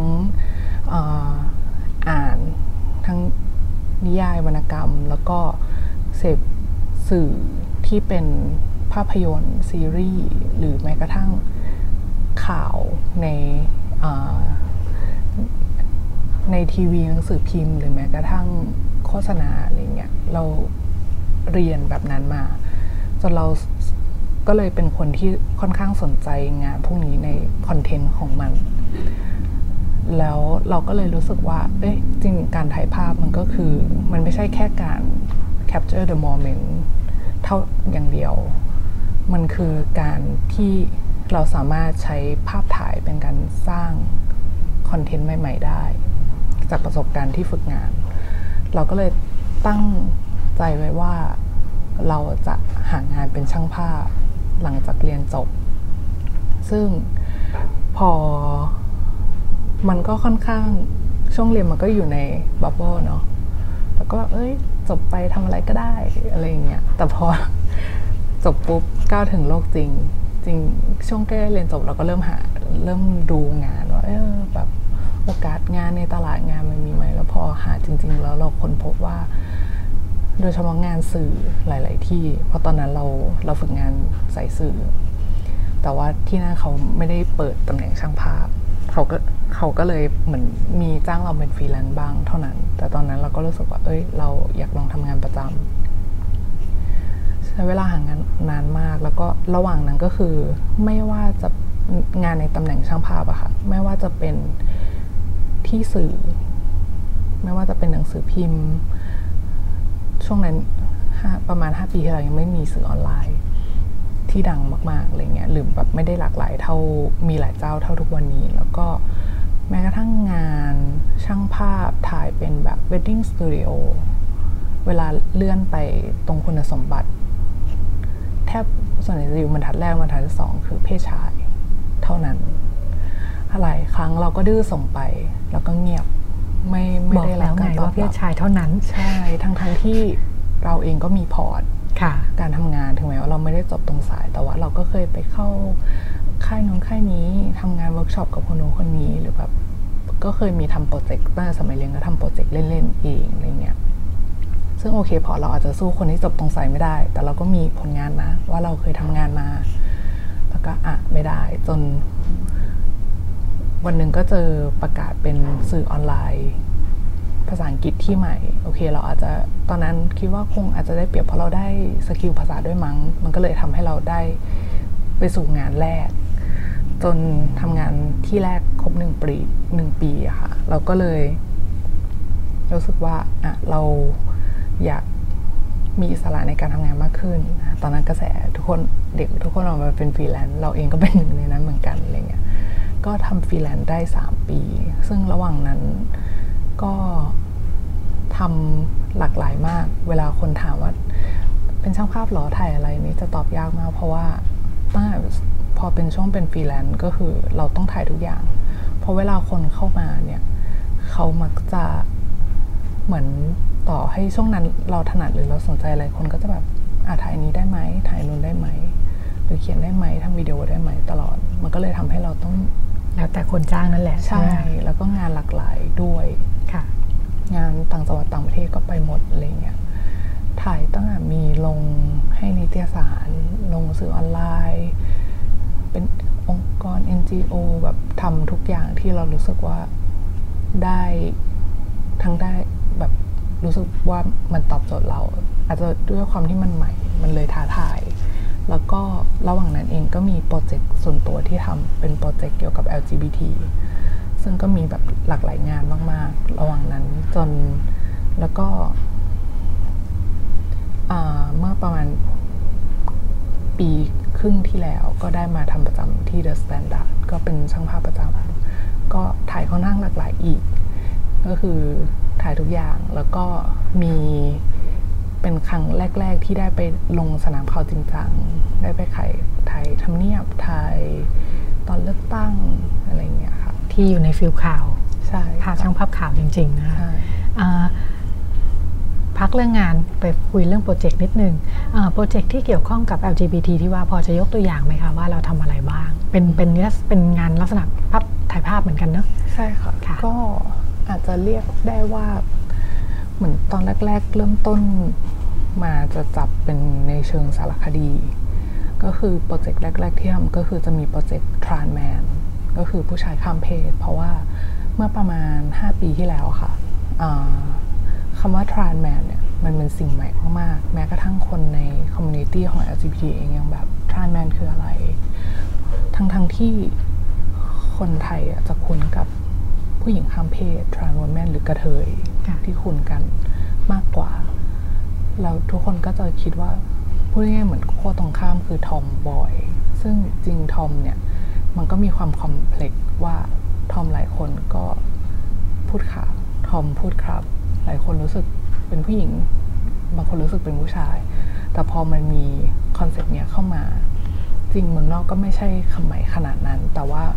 อ่านทั้งนิยายวรรณกรรมแล้วก็เสพสื่อที่เป็นภาพยนตร์ซีรีส์หรือแม้กระทั่งข่าวในทีวีหนังสือพิมพ์หรือแม้กระทั่งโฆษณาอะไรเงี้ยเราเรียนแบบนั้นมาจนเราก็เลยเป็นคนที่ค่อนข้างสนใจงานพวกนี้ในคอนเทนต์ของมันแล้วเราก็เลยรู้สึกว่าจริงการถ่ายภาพมันก็คือมันไม่ใช่แค่การ capture the moment เท่าอย่างเดียวมันคือการที่เราสามารถใช้ภาพถ่ายเป็นการสร้างคอนเทนต์ใหม่ๆได้จากประสบการณ์ที่ฝึกงานเราก็เลยตั้งใจไว้ว่าเราจะหางานเป็นช่างภาพหลังจากเรียนจบซึ่งพอมันก็ค่อนข้างช่วงเรียนมันก็อยู่ในบับเบิ้ลเนาะแล้วก็จบไปทำอะไรก็ได้อะไรอย่างเงี้ยแต่พอจบปุ๊บก้าวถึงโลกจริงช่วงใกล้เรียนจบเราก็เริ่มดูงานว่าแบบโอกาสงานในตลาดงานมันมีไหมแล้วพอหาจริงๆแล้วเราค้นพบว่าโดยเฉพาะงานสื่อหลายๆที่เพราะตอนนั้นเราฝึกงานสายสื่อแต่ว่าที่นั่นเขาไม่ได้เปิดตำแหน่งช่างภาพเขาก็เลยเหมือนมีจ้างเราเป็นฟรีแลนซ์บ้างเท่านั้นแต่ตอนนั้นเราก็รู้สึกว่าเราอยากลองทำงานประจำใช้เวลาหางานนานมากแล้วก็ระหว่างนั้นก็คือไม่ว่าจะงานในตำแหน่งช่างภาพอะค่ะไม่ว่าจะเป็นที่สื่อไม่ว่าจะเป็นหนังสือพิมพ์ช่วงนั้นประมาณ5 ปีที่แล้วยังไม่มีสื่อออนไลน์ที่ดังมากๆอะไรเงี้ยหรือแบบไม่ได้หลากหลายเท่ามีหลายเจ้าเท่าทุกวันนี้แล้วก็แม้กระทั่งงานช่างภาพถ่ายเป็นแบบ wedding studio เวลาเลื่อนไปตรงคุณสมบัติแทบส่วนใหญ่จะอยู่บรรทัดแรกบรรทัดที่2คือเพศชายเท่านั้นหลายครั้งเราก็ดื้อส่งไปแล้วก็เงียบไม่ได้รับการตอบรับเพศชายเท่านั้นใช่ทั้งที่เราเองก็มีพอร์ตการทำงานถึงแม้ว่าเราไม่ได้จบตรงสายแต่ว่าเราก็เคยไปเข้าค่ายนู้นค่ายนี้ทำงานเวิร์กช็อปกับคนโน้นคนนี้หรือแบบก็เคยมีทำโปรเจกต์ตั้งแต่สมัยเรียนก็ทำโปรเจกต์เล่นๆเองอะไรเงี้ยซึ่งโอเคพอเราอาจจะสู้คนที่จบตรงสายไม่ได้แต่เราก็มีผลงานนะว่าเราเคยทำงานมาแล้วก็ไม่ได้จนวันหนึ่งก็เจอประกาศเป็นสื่อออนไลน์ภาษาอังกฤษที่ใหม่โอเคเราอาจจะตอนนั้นคิดว่าคงอาจจะได้เปรียบเพราะเราได้สกิลภาษาด้วยมั้งมันก็เลยทำให้เราได้ไปสู่งานแรกจนทำงานที่แรกครบ1 ปีอะค่ะเราก็เลยรู้สึกว่าเราอยากมีอิสระในการทำงานมากขึ้นตอนนั้นกระแสเด็กทุกคนออกมาเป็นฟรีแลนซ์เราเองก็เป็นหนึ่งในนั้นเหมือนกันอะไรเงี้ยก็ทำฟรีแลนซ์ได้3 ปีซึ่งระหว่างนั้นก็ทำหลากหลายมากเวลาคนถามว่าเป็นช่างภาพหรอถ่ายอะไรนี่จะตอบยากมากเพราะว่าพอเป็นช่วงเป็นฟรีแลนซ์ก็คือเราต้องถ่ายทุกอย่างเพราะเวลาคนเข้ามาเนี่ยเขามักจะเหมือนต่อให้ช่วงนั้นเราถนัดหรือเราสนใจอะไรคนก็จะแบบถ่ายนี้ได้ไหมถ่ายนู้นได้ไหมหรือเขียนได้ไหมทำวิดีโอได้ไหมตลอดมันก็เลยทำให้เราต้องแล้วแต่คนจ้างนั่นแหละใช่แล้วก็งานหลากหลายด้วยค่ะงานต่างจังหวัดต่างประเทศก็ไปหมดอะไรเงี้ยถ่ายตั้งแต่มีลงให้นิตยสารลงสื่อออนไลน์เป็นองค์กร NGO แบบทำทุกอย่างที่เรารู้สึกว่าได้แบบรู้สึกว่ามันตอบโจทย์เราอาจจะด้วยความที่มันใหม่มันเลยท้าทายแล้วก็ระหว่างนั้นเองก็มีโปรเจกต์ส่วนตัวที่ทำเป็นโปรเจกต์เกี่ยวกับ LGBT ซึ่งก็มีแบบหลากหลายงานมากๆระหว่างนั้นจนแล้วก็เมื่อประมาณปีครึ่งที่แล้วก็ได้มาทำประจำที่ The Standard ก็เป็นช่างภาพประจำก็ถ่ายค่อนข้างหลากหลายอีกก็คือถ่ายทุกอย่างแล้วก็มีเป็นครั้งแรกๆที่ได้ไปลงสนามข่าวจริงจังได้ไปถ่ายทำเนียบถ่ายตอนเลือกตั้งอะไรเงี้ยค่ะที่อยู่ในฟิลข่าวใช่ค่ะช่างภาพข่าวจริงๆนะคะพักเรื่องงานไปคุยเรื่องโปรเจกต์นิดนึงโปรเจกต์ที่เกี่ยวข้องกับ LGBT ที่ว่าพอจะยกตัวอย่างไหมคะว่าเราทำอะไรบ้างเป็นงานลักษณะภาพถ่ายภาพเหมือนกันเนอะใช่ค่ะก็อาจจะเรียกได้ว่าเหมือนตอนแรกๆเริ่มต้นมาจะจับเป็นในเชิงสารคดีก็คือโปรเจกต์แรกๆที่ทำก็คือจะมีโปรเจกต์ Trans Man ก็คือผู้ชายข้ามเพศเพราะว่าเมื่อประมาณ5 ปีที่แล้วค่ะคำว่า Trans Man เนี่ยมันเป็นสิ่งใหม่มากๆแม้กระทั่งคนในคอมมูนิตี้ของ LGBT เองยังแบบ Trans Man คืออะไรทั้งที่คนไทยจะคุ้นกับผู้หญิงข้ามเพศ Trans Woman หรือกระเทยที่คุ้นกันมากกว่าแล้วทุกคนก็จะคิดว่าพูดง่ายๆเหมือนขั้วตรงข้ามคือทอมบอยซึ่งจริงทอมเนี่ยมันก็มีความคอมเพล็กซ์ว่าทอมหลายคนก็พูดค่ะทอมพูดครับหลายคนรู้สึกเป็นผู้หญิงบางคนรู้สึกเป็นผู้ชายแต่พอมันมีคอนเซ็ปต์เนี้ยเข้ามาจริงเมืองนอกก็ไม่ใช่คำใหม่ขนาดนั้นแต่ว่า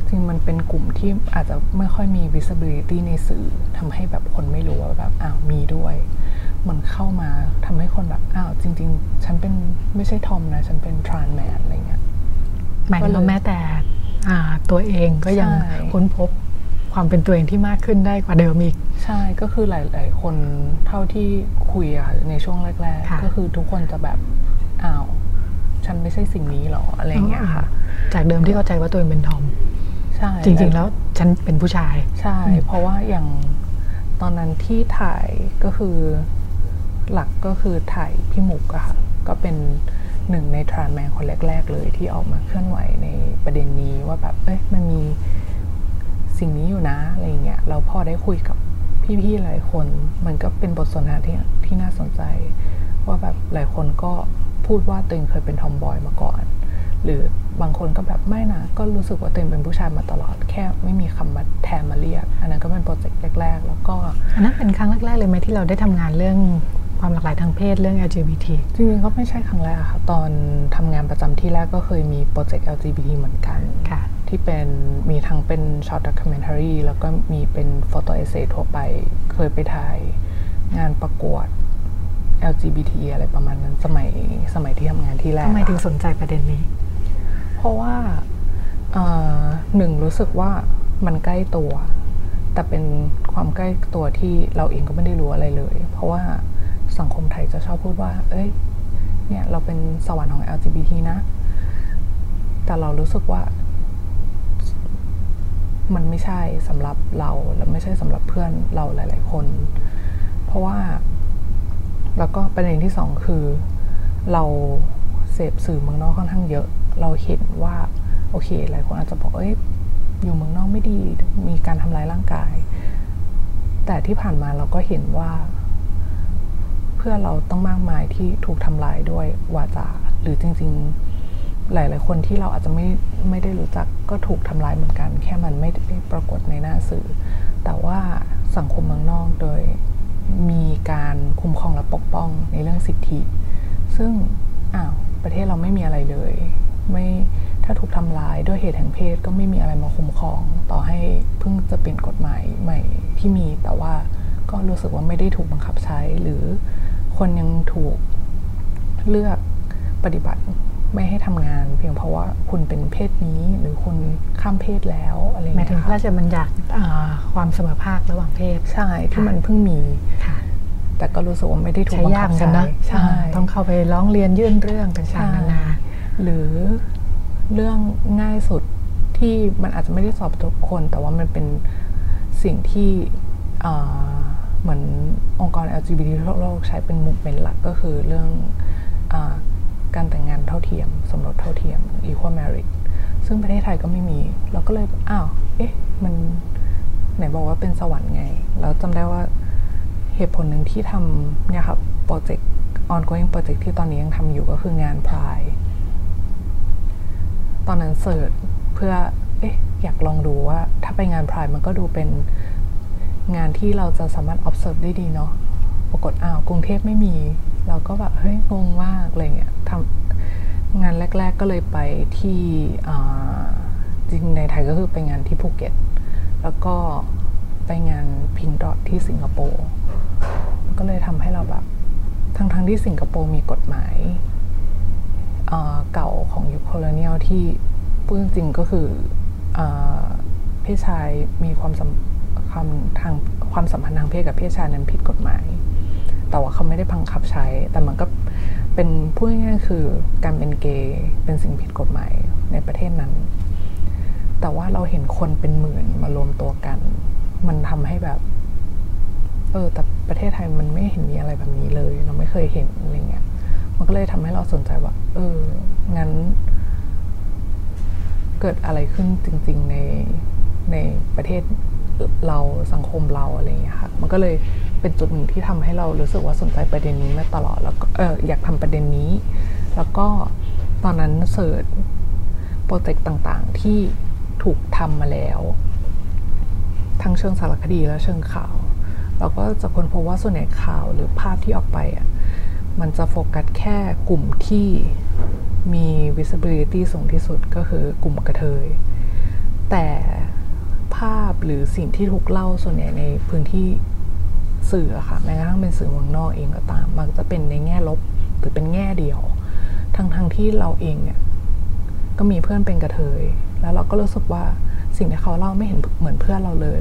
จริงมันเป็นกลุ่มที่อาจจะไม่ค่อยมี visibility ในสื่อทำให้แบบคนไม่รู้ว่าแบบอ้าวมีด้วยมันเข้ามาทำให้คนแบบอ้าวจริงๆฉันเป็นไม่ใช่ทอมนะฉันเป็น trans man อะไรเงี้ยหมายถึงว่าแม้แต่ตัวเองก็ยังค้นพบความเป็นตัวเองที่มากขึ้นได้กว่าเดิมอีกใช่ก็คือหลายๆคนเท่าที่คุยอะในช่วงแรกๆก็คือทุกคนจะแบบอ้าวฉันไม่ใช่สิ่งนี้หรออะไรเงี้ยค่ะจากเดิมที่เข้าใจว่าตัวเองเป็นทอมใช่จริงๆแล้วฉันเป็นผู้ชายใช่เพราะว่าอย่างตอนนั้นที่ถ่ายก็คือหลักก็คือถ่ายพี่หมุกอะค่ะก็เป็นหนึ่งในทรานแมนคนแรกๆเลยที่ออกมาเคลื่อนไหวในประเด็นนี้ว่าแบบมันมีสิ่งนี้อยู่นะอะไรเงี้ยเราพอได้คุยกับพี่ๆหลายคนมันก็เป็นบทสนทนาที่น่าสนใจว่าแบบหลายคนก็พูดว่าตัวเองเคยเป็นทอมบอยมาก่อนหรือบางคนก็แบบไม่นะก็รู้สึกว่าตัวเองเป็นผู้ชายมาตลอดแค่ไม่มีคำมาแทนมาเรียกอันนั้นก็เป็นโปรเจกต์แรกๆแล้วก็อันนั้นเป็นครั้งแรกๆเลยไหมที่เราได้ทำงานเรื่องความหลากหลายทางเพศเรื่อง LGBT จริงๆก็ไม่ใช่ครั้งแรกค่ะตอนทำงานประจำที่แรกก็เคยมีโปรเจกต์ LGBT เหมือนกันที่เป็นมีทั้งเป็น short documentary แล้วก็มีเป็น photo essay ทั่วไปเคยไปถ่ายงานประกวด LGBT อะไรประมาณนั้นสมัยที่ทำงานที่แรกทำไมถึงสนใจประเด็นนี้เพราะว่าหนึ่งรู้สึกว่ามันใกล้ตัวแต่เป็นความใกล้ตัวที่เราเองก็ไม่ได้รู้อะไรเลยเพราะว่าสังคมไทยจะชอบพูดว่าเนี่ยเราเป็นสวรรค์ของ LGBT นะแต่เรารู้สึกว่ามันไม่ใช่สำหรับเราและไม่ใช่สำหรับเพื่อนเราหลายๆคนเพราะว่าแล้วก็ประเด็นที่สองคือเราเสพสื่อเมืองนอกค่อนข้างเยอะเราเห็นว่าโอเคหลายคนอาจจะบอกอยู่เมืองนอกไม่ดีมีการทำร้ายร่างกายแต่ที่ผ่านมาเราก็เห็นว่าเพื่อนเราต้องมากมายที่ถูกทำลายด้วยวาจาหรือจริงๆหลายๆคนที่เราอาจจะไม่ได้รู้จักก็ถูกทำลายเหมือนกันแค่มันไม่ได้ปรากฏในหน้าสื่อแต่ว่าสังคมเมืองนอกโดยมีการคุ้มครองและปกป้องในเรื่องสิทธิซึ่งประเทศเราไม่มีอะไรเลยไม่ถ้าถูกทำลายด้วยเหตุแห่งเพศก็ไม่มีอะไรมาคุ้มครองต่อให้เพิ่งจะเปลี่ยนกฎหมายใหม่ที่มีแต่ว่าก็รู้สึกว่าไม่ได้ถูกบังคับใช้หรือคนยังถูกเลือกปฏิบัติไม่ให้ทำงานเพียงเพราะว่าคุณเป็นเพศนี้หรือคุณข้ามเพศแล้วอะไรอย่างเงี้ยหมายถึงพระราชบัญญัติความเสมอภาคระหว่างเพศใช่ที่มันเพิ่งมีแต่ก็รู้สึกว่าไม่ได้ถูกบังคับใช้ใช่ต้องเข้าไปร้องเรียนยื่นเรื่องต่างๆนานาหรือเรื่องง่ายสุดที่มันอาจจะไม่ได้สอบทุกคนแต่ว่ามันเป็นสิ่งที่เหมือนองค์กร LGBT ทั่วโลกใช้เป็นมุกเป็นหลักก็คือเรื่องการแต่งงานเท่าเทียมสมรสเท่าเทียม equal marriage ซึ่งประเทศไทยก็ไม่มีเราก็เลยมันไหนบอกว่าเป็นสวรรค์ไงแล้วจำได้ว่าเหตุผลหนึ่งที่ทำเนี่ยครับโปรเจกต์ ongoing โปรเจกต์ที่ตอนนี้ยังทำอยู่ก็คืองาน Pride ตอนนั้นเสิร์ชเพื่ออยากลองดูว่าถ้าไปงาน Pride มันก็ดูเป็นงานที่เราจะสามารถ observe ได้ดีเนาะปรากฏกรุงเทพไม่มีเราก็แบบงงมากอะไรเงี้ยทำงานแรกๆก็เลยไปที่จริงในไทยก็คือไปงานที่ภูเก็ตแล้วก็ไปงาน Pink Dot ที่สิงคโปร์ก็เลยทำให้เราแบบทั้งที่สิงคโปร์มีกฎหมายเก่าของยุคโคโลเนียลที่พูดจริงก็คือเพศชายมีความสัมพันธ์ทางเพศกับเพศชายนั้นผิดกฎหมายแต่ว่าเขาไม่ได้บังคับใช้แต่มันก็เป็นพูดง่ายๆคือการเป็นเกย์เป็นสิ่งผิดกฎหมายในประเทศนั้นแต่ว่าเราเห็นคนเป็นหมื่นมารวมตัวกันมันทำให้แบบแต่ประเทศไทยมันไม่เห็นมีอะไรแบบนี้เลยเราไม่เคยเห็นอะไรเงี้ยมันก็เลยทำให้เราสนใจว่างั้นเกิดอะไรขึ้นจริงๆในประเทศเราสังคมเราอะไรเงี้ยค่ะมันก็เลยเป็นจุดหนึ่งที่ทำให้เรารู้สึกว่าสนใจประเด็นนี้มาตลอดแล้วก็อยากทำประเด็นนี้แล้วก็ตอนนั้นเสิร์ชโปรเจกต์ต่างๆที่ถูกทำมาแล้วทั้งเชิงสารคดีและเชิงข่าวเราก็จะค้นพบว่าส่วนใหญ่ข่าวหรือภาพที่ออกไปมันจะโฟกัสแค่กลุ่มที่มี visibility สูงที่สุดก็คือกลุ่มกระเทยแต่ภาพหรือสิ่งที่ถูกเล่าส่วนใหญ่ในพื้นที่สื่อค่ะแม้กระทั่งเป็นสื่อเมืองนอกเองก็ตามมันจะเป็นในแง่ลบหรือเป็นแง่เดียวทั้งที่เราเองเนี่ยก็มีเพื่อนเป็นกระเทยแล้วเราก็รู้สึกว่าสิ่งที่เขาเล่าไม่เห็นเหมือนเพื่อนเราเลย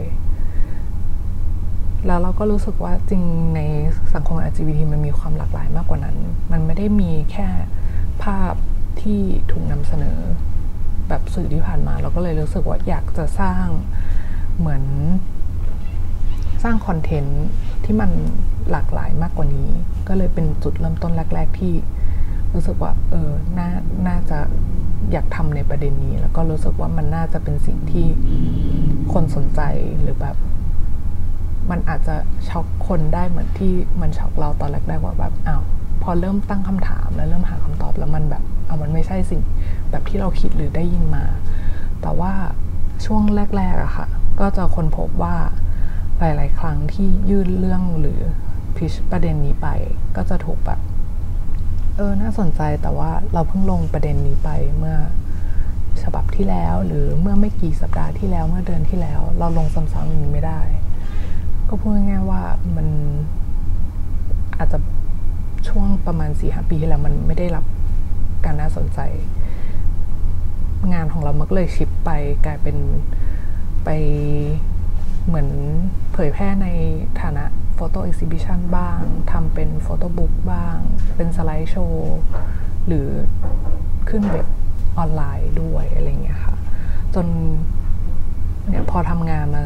แล้วเราก็รู้สึกว่าจริงในสังคม LGBT มันมีความหลากหลายมากกว่านั้นมันไม่ได้มีแค่ภาพที่ถูกนำเสนอแบบสื่อที่ผ่านมาเราก็เลยรู้สึกว่าอยากจะสร้างเหมือนสร้างคอนเทนต์ที่มันหลากหลายมากกว่านี้ก็เลยเป็นจุดเริ่มต้นแรกๆที่รู้สึกว่าน่าจะอยากทำในประเด็นนี้แล้วก็รู้สึกว่ามันน่าจะเป็นสิ่งที่คนสนใจหรือแบบมันอาจจะช็อกคนได้เหมือนที่มันช็อกเราตอนแรกๆว่าแบบพอเริ่มตั้งคำถามแล้วเริ่มหาคำตอบแล้วมันแบบมันไม่ใช่สิ่งแบบที่เราคิดหรือได้ยินมาแต่ว่าช่วงแรกๆอะค่ะก็จะค้นพบว่าหลายๆครั้งที่ยื่นเรื่องหรือพิชประเด็นนี้ไปก็จะถูกแบบน่าสนใจแต่ว่าเราเพิ่งลงประเด็นนี้ไปเมื่อฉบับที่แล้วหรือเมื่อไม่กี่สัปดาห์ที่แล้วเมื่อเดือนที่แล้วเราลงซ้ำๆอย่างนี้ไม่ได้ก็พูดง่ายๆว่ามันอาจจะช่วงประมาณ 4-5 ปีที่แล้วมันไม่ได้รับการน่าสนใจงานของเรามันก็เลยชิปไปกลายเป็นไปเหมือนเผยแพร่ในฐานะโฟโต้เอ็กซิบิชันบ้างทำเป็นโฟโต้บุ๊กบ้างเป็นสไลด์โชว์หรือขึ้นเว็บออนไลน์ด้วยอะไรเงี้ยค่ะจนเนี่ยพอทำงานมา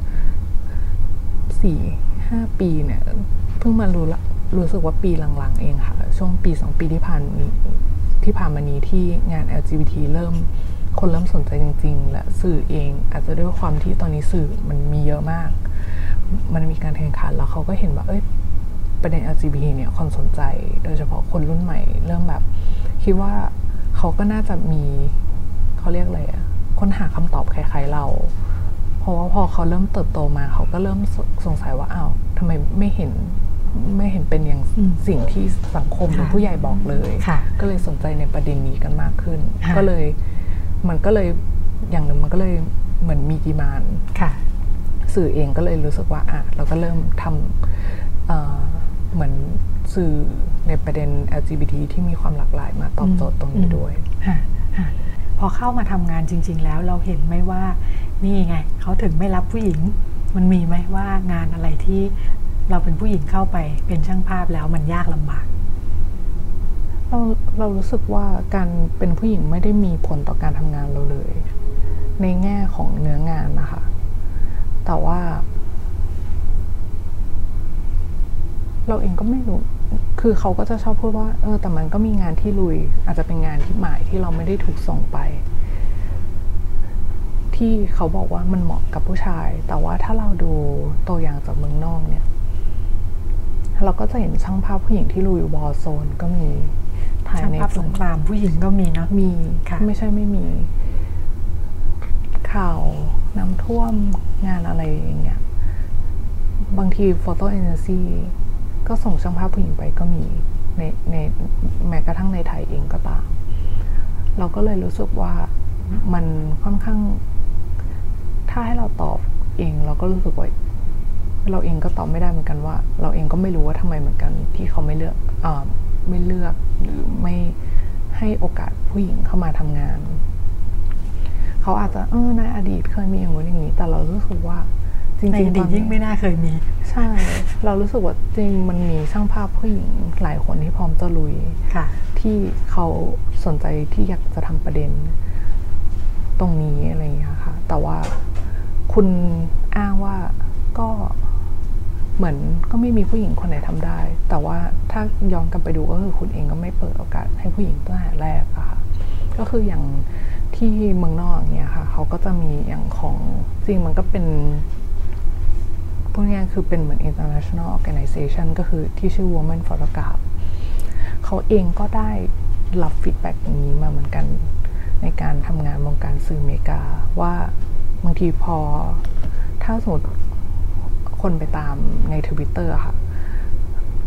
4-5 ปีเนี่ยเพิ่งมารู้สึกว่าปีหลังๆเองค่ะช่วงปี2 ปีที่ผ่านมานี้ที่งาน LGBT คนเริ่มสนใจจริงๆและสื่อเองอาจจะด้วยความที่ตอนนี้สื่อมันมีเยอะมากมันมีการแข่งขันแล้วเขาก็เห็นว่าประเด็น LGBT เนี่ยคนสนใจโดยเฉพาะคนรุ่นใหม่เริ่มแบบคิดว่าเขาก็น่าจะมีเขาเรียกอะไรค้นหาคำตอบคล้ายๆเราเพราะว่าพอเขาเริ่มเติบโตมาเขาก็เริ่มสงสัยว่าทำไมไม่เห็นเป็นอย่างสิ่งที่สังคมหรือผู้ใหญ่บอกเลยก็เลยสนใจในประเด็นนี้กันมากขึ้นมันก็เลยอย่างหนึ่งมันก็เลยเหมือนมีดีมานด์สื่อเองก็เลยรู้สึกว่าเราก็เริ่มทำเหมือนสื่อในประเด็น LGBT ที่มีความหลากหลายมาตอบโจทย์ตรงนี้ด้วยพอเข้ามาทำงานจริงๆแล้วเราเห็นไหมว่านี่ไงเขาถึงไม่รับผู้หญิงมันมีไหมว่างานอะไรที่เราเป็นผู้หญิงเข้าไปเป็นช่างภาพแล้วมันยากลำบากเรารู้สึกว่าการเป็นผู้หญิงไม่ได้มีผลต่อการทำงานเราเลยในแง่ของเนื้องานนะคะแต่ว่าเราเองก็ไม่รู้คือเขาก็จะชอบพูดว่าแต่มันก็มีงานที่ลุยอาจจะเป็นงานที่หมายที่เราไม่ได้ถูกส่งไปที่เขาบอกว่ามันเหมาะกับผู้ชายแต่ว่าถ้าเราดูตัวอย่างจากเมืองนอกเนี่ยเราก็จะเห็นช่างภาพผู้หญิงที่ลุยวอร์โซนก็มีถ่ายในสงครามผู้หญิงก็มีเนาะมีไม่ใช่ไม่มีข่าวน้ำท่วมงานอะไรอย่างเงี้ยบางทีโฟโต้เอเจนซี่ก็ส่งช่างภาพผู้หญิงไปก็มีในแม้กระทั่งในไทยเองก็ตามเราก็เลยรู้สึกว่ามันค่อนข้างถ้าให้เราตอบเองเราก็รู้สึกว่าเราเองก็ตอบไม่ได้เหมือนกันว่าเราเองก็ไม่รู้ว่าทำไมเหมือนกันที่เขาไม่เลือกหรือไม่ให้โอกาสผู้หญิงเข้ามาทำงานเขาอาจจะในอดีตเคยมีอย่างนู้นอย่างนี้แต่เรารู้สึกว่าจริงๆในอดีตยิ่งไม่น่าเคยมีใช่เรารู้สึกว่าจริงมันมีช่างภาพผู้หญิงหลายคนที่พร้อมจะลุยที่เขาสนใจที่อยากจะทำประเด็นตรงนี้อะไรอย่างเงี้ยค่ะแต่ว่าคุณอ้างว่าก็เหมือนก็ไม่มีผู้หญิงคนไหนทำได้แต่ว่าถ้าย้อนกลับไปดูก็คือคุณเองก็ไม่เปิดโอกาสให้ผู้หญิงตั้งแต่แรกอะค่ะก็คืออย่างที่เมืองนอกเนี่ยค่ะเขาก็จะมีอย่างของจริงมันก็เป็นพวกนี้คือเป็นเหมือน international organization ก็คือที่ชื่อ Women Photograph เขาเองก็ได้รับฟีดแบ็กอย่างนี้มาเหมือนกันในการทำงานวงการสื่ออเมริกาว่าบางทีพอถ้าสมมติคนไปตามใน Twitter ค่ะ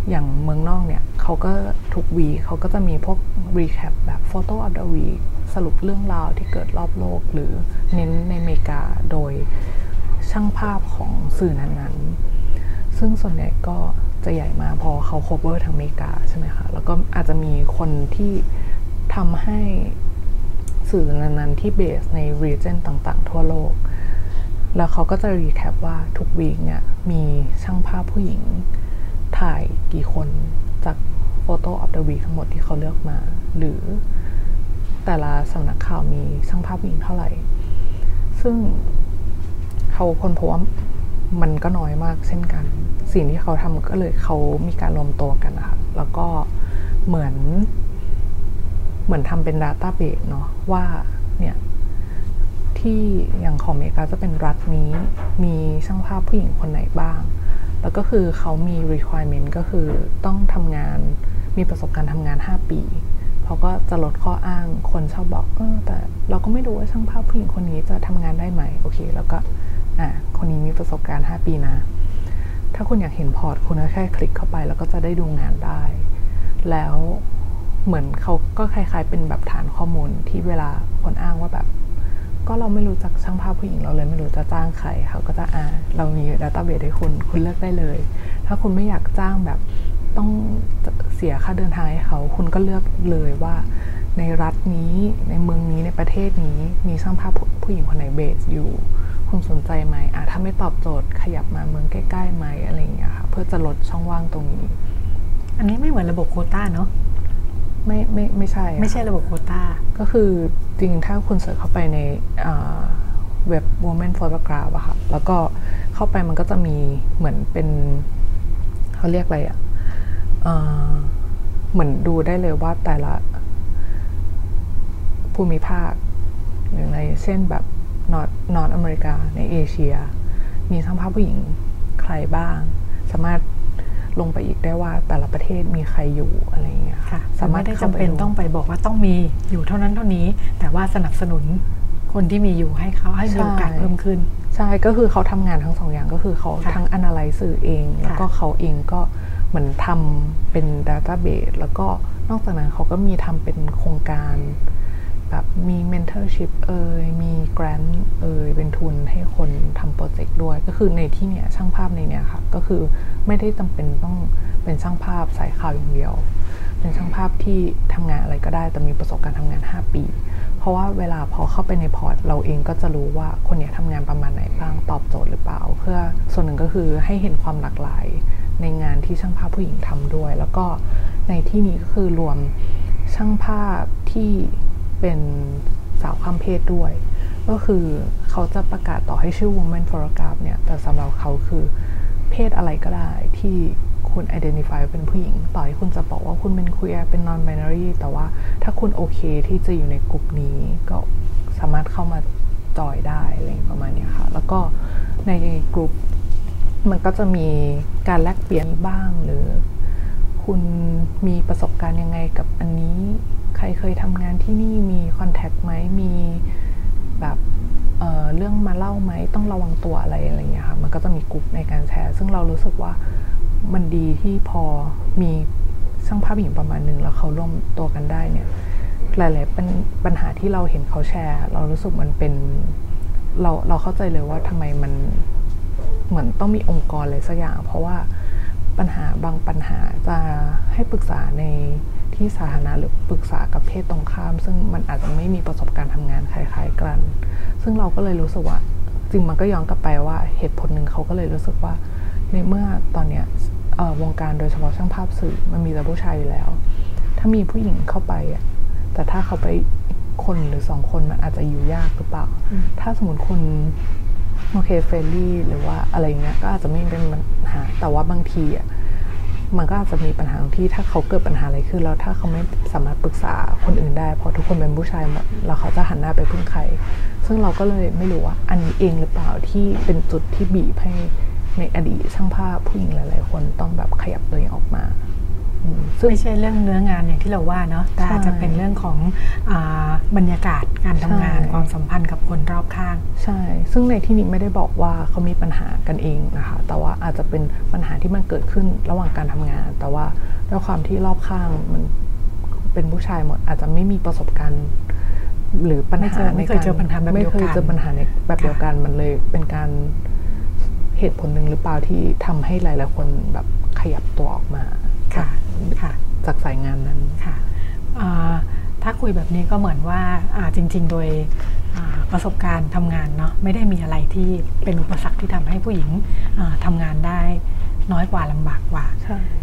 อย่างเมืองนอกเนี่ยเขาก็ทุกวีเขาก็จะมีพวก recap แบบ photo of the week สรุปเรื่องราวที่เกิดรอบโลกหรือเน้นในอเมริกาโดยช่างภาพของสื่อนั้นๆซึ่งส่วนใหญ่ก็จะใหญ่มาพอเขา cover ทางอเมริกาใช่ไหมคะแล้วก็อาจจะมีคนที่ทำให้สื่อนั้นๆที่เบสใน region ต่างๆทั่วโลกแล้วเขาก็จะ recap ว่าทุกวีคเนี่ยมีช่างภาพผู้หญิงถ่ายกี่คนจาก photo of the week ทั้งหมดที่เขาเลือกมาหรือแต่ละสำนักข่าวมีช่างภาพผู้หญิงเท่าไหร่ซึ่งเขาค้นพบว่ามันก็น้อยมากเช่นกันสิ่งที่เขาทำก็เลยเขามีการรวมตัวกันนะคะแล้วก็เหมือนทำเป็น database เนาะว่าเนี่ยที่อย่างของอเมริกาจะเป็นรัฐนี้มีช่างภาพผู้หญิงคนไหนบ้างแล้วก็คือเขามี requirement ก็คือต้องทำงานมีประสบการณ์ทำงาน5 ปีเขาก็จะลดข้ออ้างคนชอบบอกแต่เราก็ไม่รู้ว่าช่างภาพผู้หญิงคนนี้จะทำงานได้ไหมโอเคแล้วก็คนนี้มีประสบการณ์5 ปีนะถ้าคุณอยากเห็นพอร์ตคุณก็แค่คลิกเข้าไปแล้วก็จะได้ดูงานได้แล้วเหมือนเขาก็คล้ายๆเป็นแบบฐานข้อมูลที่เวลาคนอ้างว่าแบบก็เราไม่รู้จักช่างภาพผู้หญิงเราเลยไม่รู้จะจ้างใครเขาก็จะเรามี database ให้คุณเลือกได้เลยถ้าคุณไม่อยากจ้างแบบต้องเสียค่าเดินทางให้เขาคุณก็เลือกเลยว่าในรัฐนี้ในเมืองนี้ในประเทศนี้มีช่างภาพผู้หญิงคนไหนเบสอยู่คุณสนใจไหมถ้าไม่ตอบโจทย์ขยับมาเมืองใกล้ๆไหมอะไรอย่างเงี้ยค่ะเพื่อจะลดช่องว่างตรงนี้อันนี้ไม่เหมือนระบบโควต้าเนาะไม่ใช่ระบบโควต้าก็คือจริงๆถ้าคุณเสิร์ชเข้าไปในเว็บ Women Photograph อะค่ะแล้วก็เข้าไปมันก็จะมีเหมือนเป็นเขาเรียกอะไรอะเหมือนดูได้เลยว่าแต่ละภูมิภาคหรือในเช่นแบบนอร์ทอเมริกาในเอเชียมีช่างภาพผู้หญิงใครบ้างสามารถลงไปอีกได้ว่าแต่ละประเทศมีใครอยู่อะไรอย่างเงี้ยค่ะสามารถได้จำเป็นต้องไปบอกว่าต้องมีอยู่เท่านั้นเท่านี้แต่ว่าสนับสนุนคนที่มีอยู่ให้เขาให้มีโอกาสเพิ่มขึ้นใช่ก็คือเขาทำงานทั้ง2 อย่างก็คือเขาทั้ง analyze สื่อเองแล้วก็เขาเองก็เหมือนทำเป็น database แล้วก็นอกจากนั้นเขาก็มีทำเป็นโครงการแบบมี mentorship มี grant เป็นทุนให้คนทำโปรเจกต์ด้วยก็คือในที่เนี้ยช่างภาพในเนี้ยค่ะก็คือไม่ได้จำเป็นต้องเป็นช่างภาพสายข่าวอย่างเดียวเป็นช่างภาพที่ทำงานอะไรก็ได้แต่มีประสบการณ์ทำงาน5 ปีเพราะว่าเวลาพอเข้าไปในพอร์ตเราเองก็จะรู้ว่าคนเนี้ยทำงานประมาณไหนบ้างตอบโจทย์หรือเปล่าเพื่อส่วนหนึ่งก็คือให้เห็นความหลากหลายในงานที่ช่างภาพผู้หญิงทำด้วยแล้วก็ในที่นี้ก็คือรวมช่างภาพที่เป็นสาวข้ามเพศด้วยก็คือเขาจะประกาศต่อให้ชื่อ Women Photograph เนี่ยแต่สำหรับเขาคือเพศอะไรก็ได้ที่คุณ identify เป็นผู้หญิงต่อให้คุณจะบอกว่าคุณเป็น queer เป็น non binary แต่ว่าถ้าคุณโอเคที่จะอยู่ในกลุ่มนี้ก็สามารถเข้ามาจอยได้อะไรประมาณนี้ค่ะแล้วก็ในกลุ่มมันก็จะมีการแลกเปลี่ยนบ้างหรือคุณมีประสบการณ์ยังไงกับอันนี้ใครเคยทำงานที่นี่มีคอนแทคไหมมีแบบเรื่องมาเล่าไหมต้องระวังตัวอะไรอย่างเงี้ยค่ะมันก็จะมีกลุ่มในการแชร์ซึ่งเรารู้สึกว่ามันดีที่พอมีช่างภาพหญิงประมาณนึงแล้วเขาร่วมตัวกันได้เนี่ยหลายๆปัญหาที่เราเห็นเขาแชร์เรารู้สึกมันเป็นเราเข้าใจเลยว่าทำไมมันเหมือนต้องมีองค์กรอะไรสักอย่างเพราะว่าปัญหาบางปัญหาจะให้ปรึกษาในที่สาธารณะหรือปรึกษากับเพศตรงข้ามซึ่งมันอาจจะไม่มีประสบการณ์ทำงานคล้ายๆกันซึ่งเราก็เลยรู้สึกว่าจริงมันก็ย้อนกลับไปว่าเหตุผลหนึ่งเขาก็เลยรู้สึกว่าในเมื่อตอนเนี้ยวงการโดยเฉพาะช่างภาพสื่อมันมีแต่ผู้ชายอยู่แล้วถ้ามีผู้หญิงเข้าไปแต่ถ้าเขาไปคนหรือ2 คนมันอาจจะอยู่ยากหรือเปล่าถ้าสมมติคุณโอเคเฟรนลี่หรือว่าอะไรเงี้ยก็อาจจะไม่เป็นปัญหาแต่ว่าบางทีมันก็อาจจะมีปัญหาที่ถ้าเขาเกิดปัญหาอะไรขึ้นแล้วถ้าเขาไม่สามารถปรึกษาคนอื่นได้เพราะทุกคนเป็นผู้ชายหมดแล้วเขาจะหันหน้าไปพึ่งใครซึ่งเราก็เลยไม่รู้ว่าอันนี้เองหรือเปล่าที่เป็นจุดที่บีบให้ในอดีตช่างภาพผู้หญิงหลายๆคนต้องแบบขยับตัวเองออกมาซึ่งไม่ใช่เรื่องเนื้องานอย่างที่เราว่าเนาะแต่อาจจะเป็นเรื่องของบรรยากาศการทำงานความสัมพันธ์กับคนรอบข้างใช่ซึ่งในที่นี้ไม่ได้บอกว่าเขามีปัญหากันเองนะคะแต่ว่าอาจจะเป็นปัญหาที่มันเกิดขึ้นระหว่างการทำงานแต่ว่าด้วยความที่รอบข้างมันเป็นผู้ชายหมดอาจจะไม่มีประสบการณ์หรือปัญหาไม่เคยเจอปัญหาแบบเดียวกันไม่เคยเจอปัญหาในแบบเดียวกันมันเลยเป็นการเหตุผลหนึ่งหรือเปล่าที่ทำให้หลายๆคนแบบขยับตัวออกมาจากสายงานนั้นค่ะถ้าคุยแบบนี้ก็เหมือนว่าจริงๆโดยประสบการณ์ทำงานเนาะไม่ได้มีอะไรที่เป็นอุปสรรคที่ทำให้ผู้หญิงทำงานได้น้อยกว่าลำบากกว่า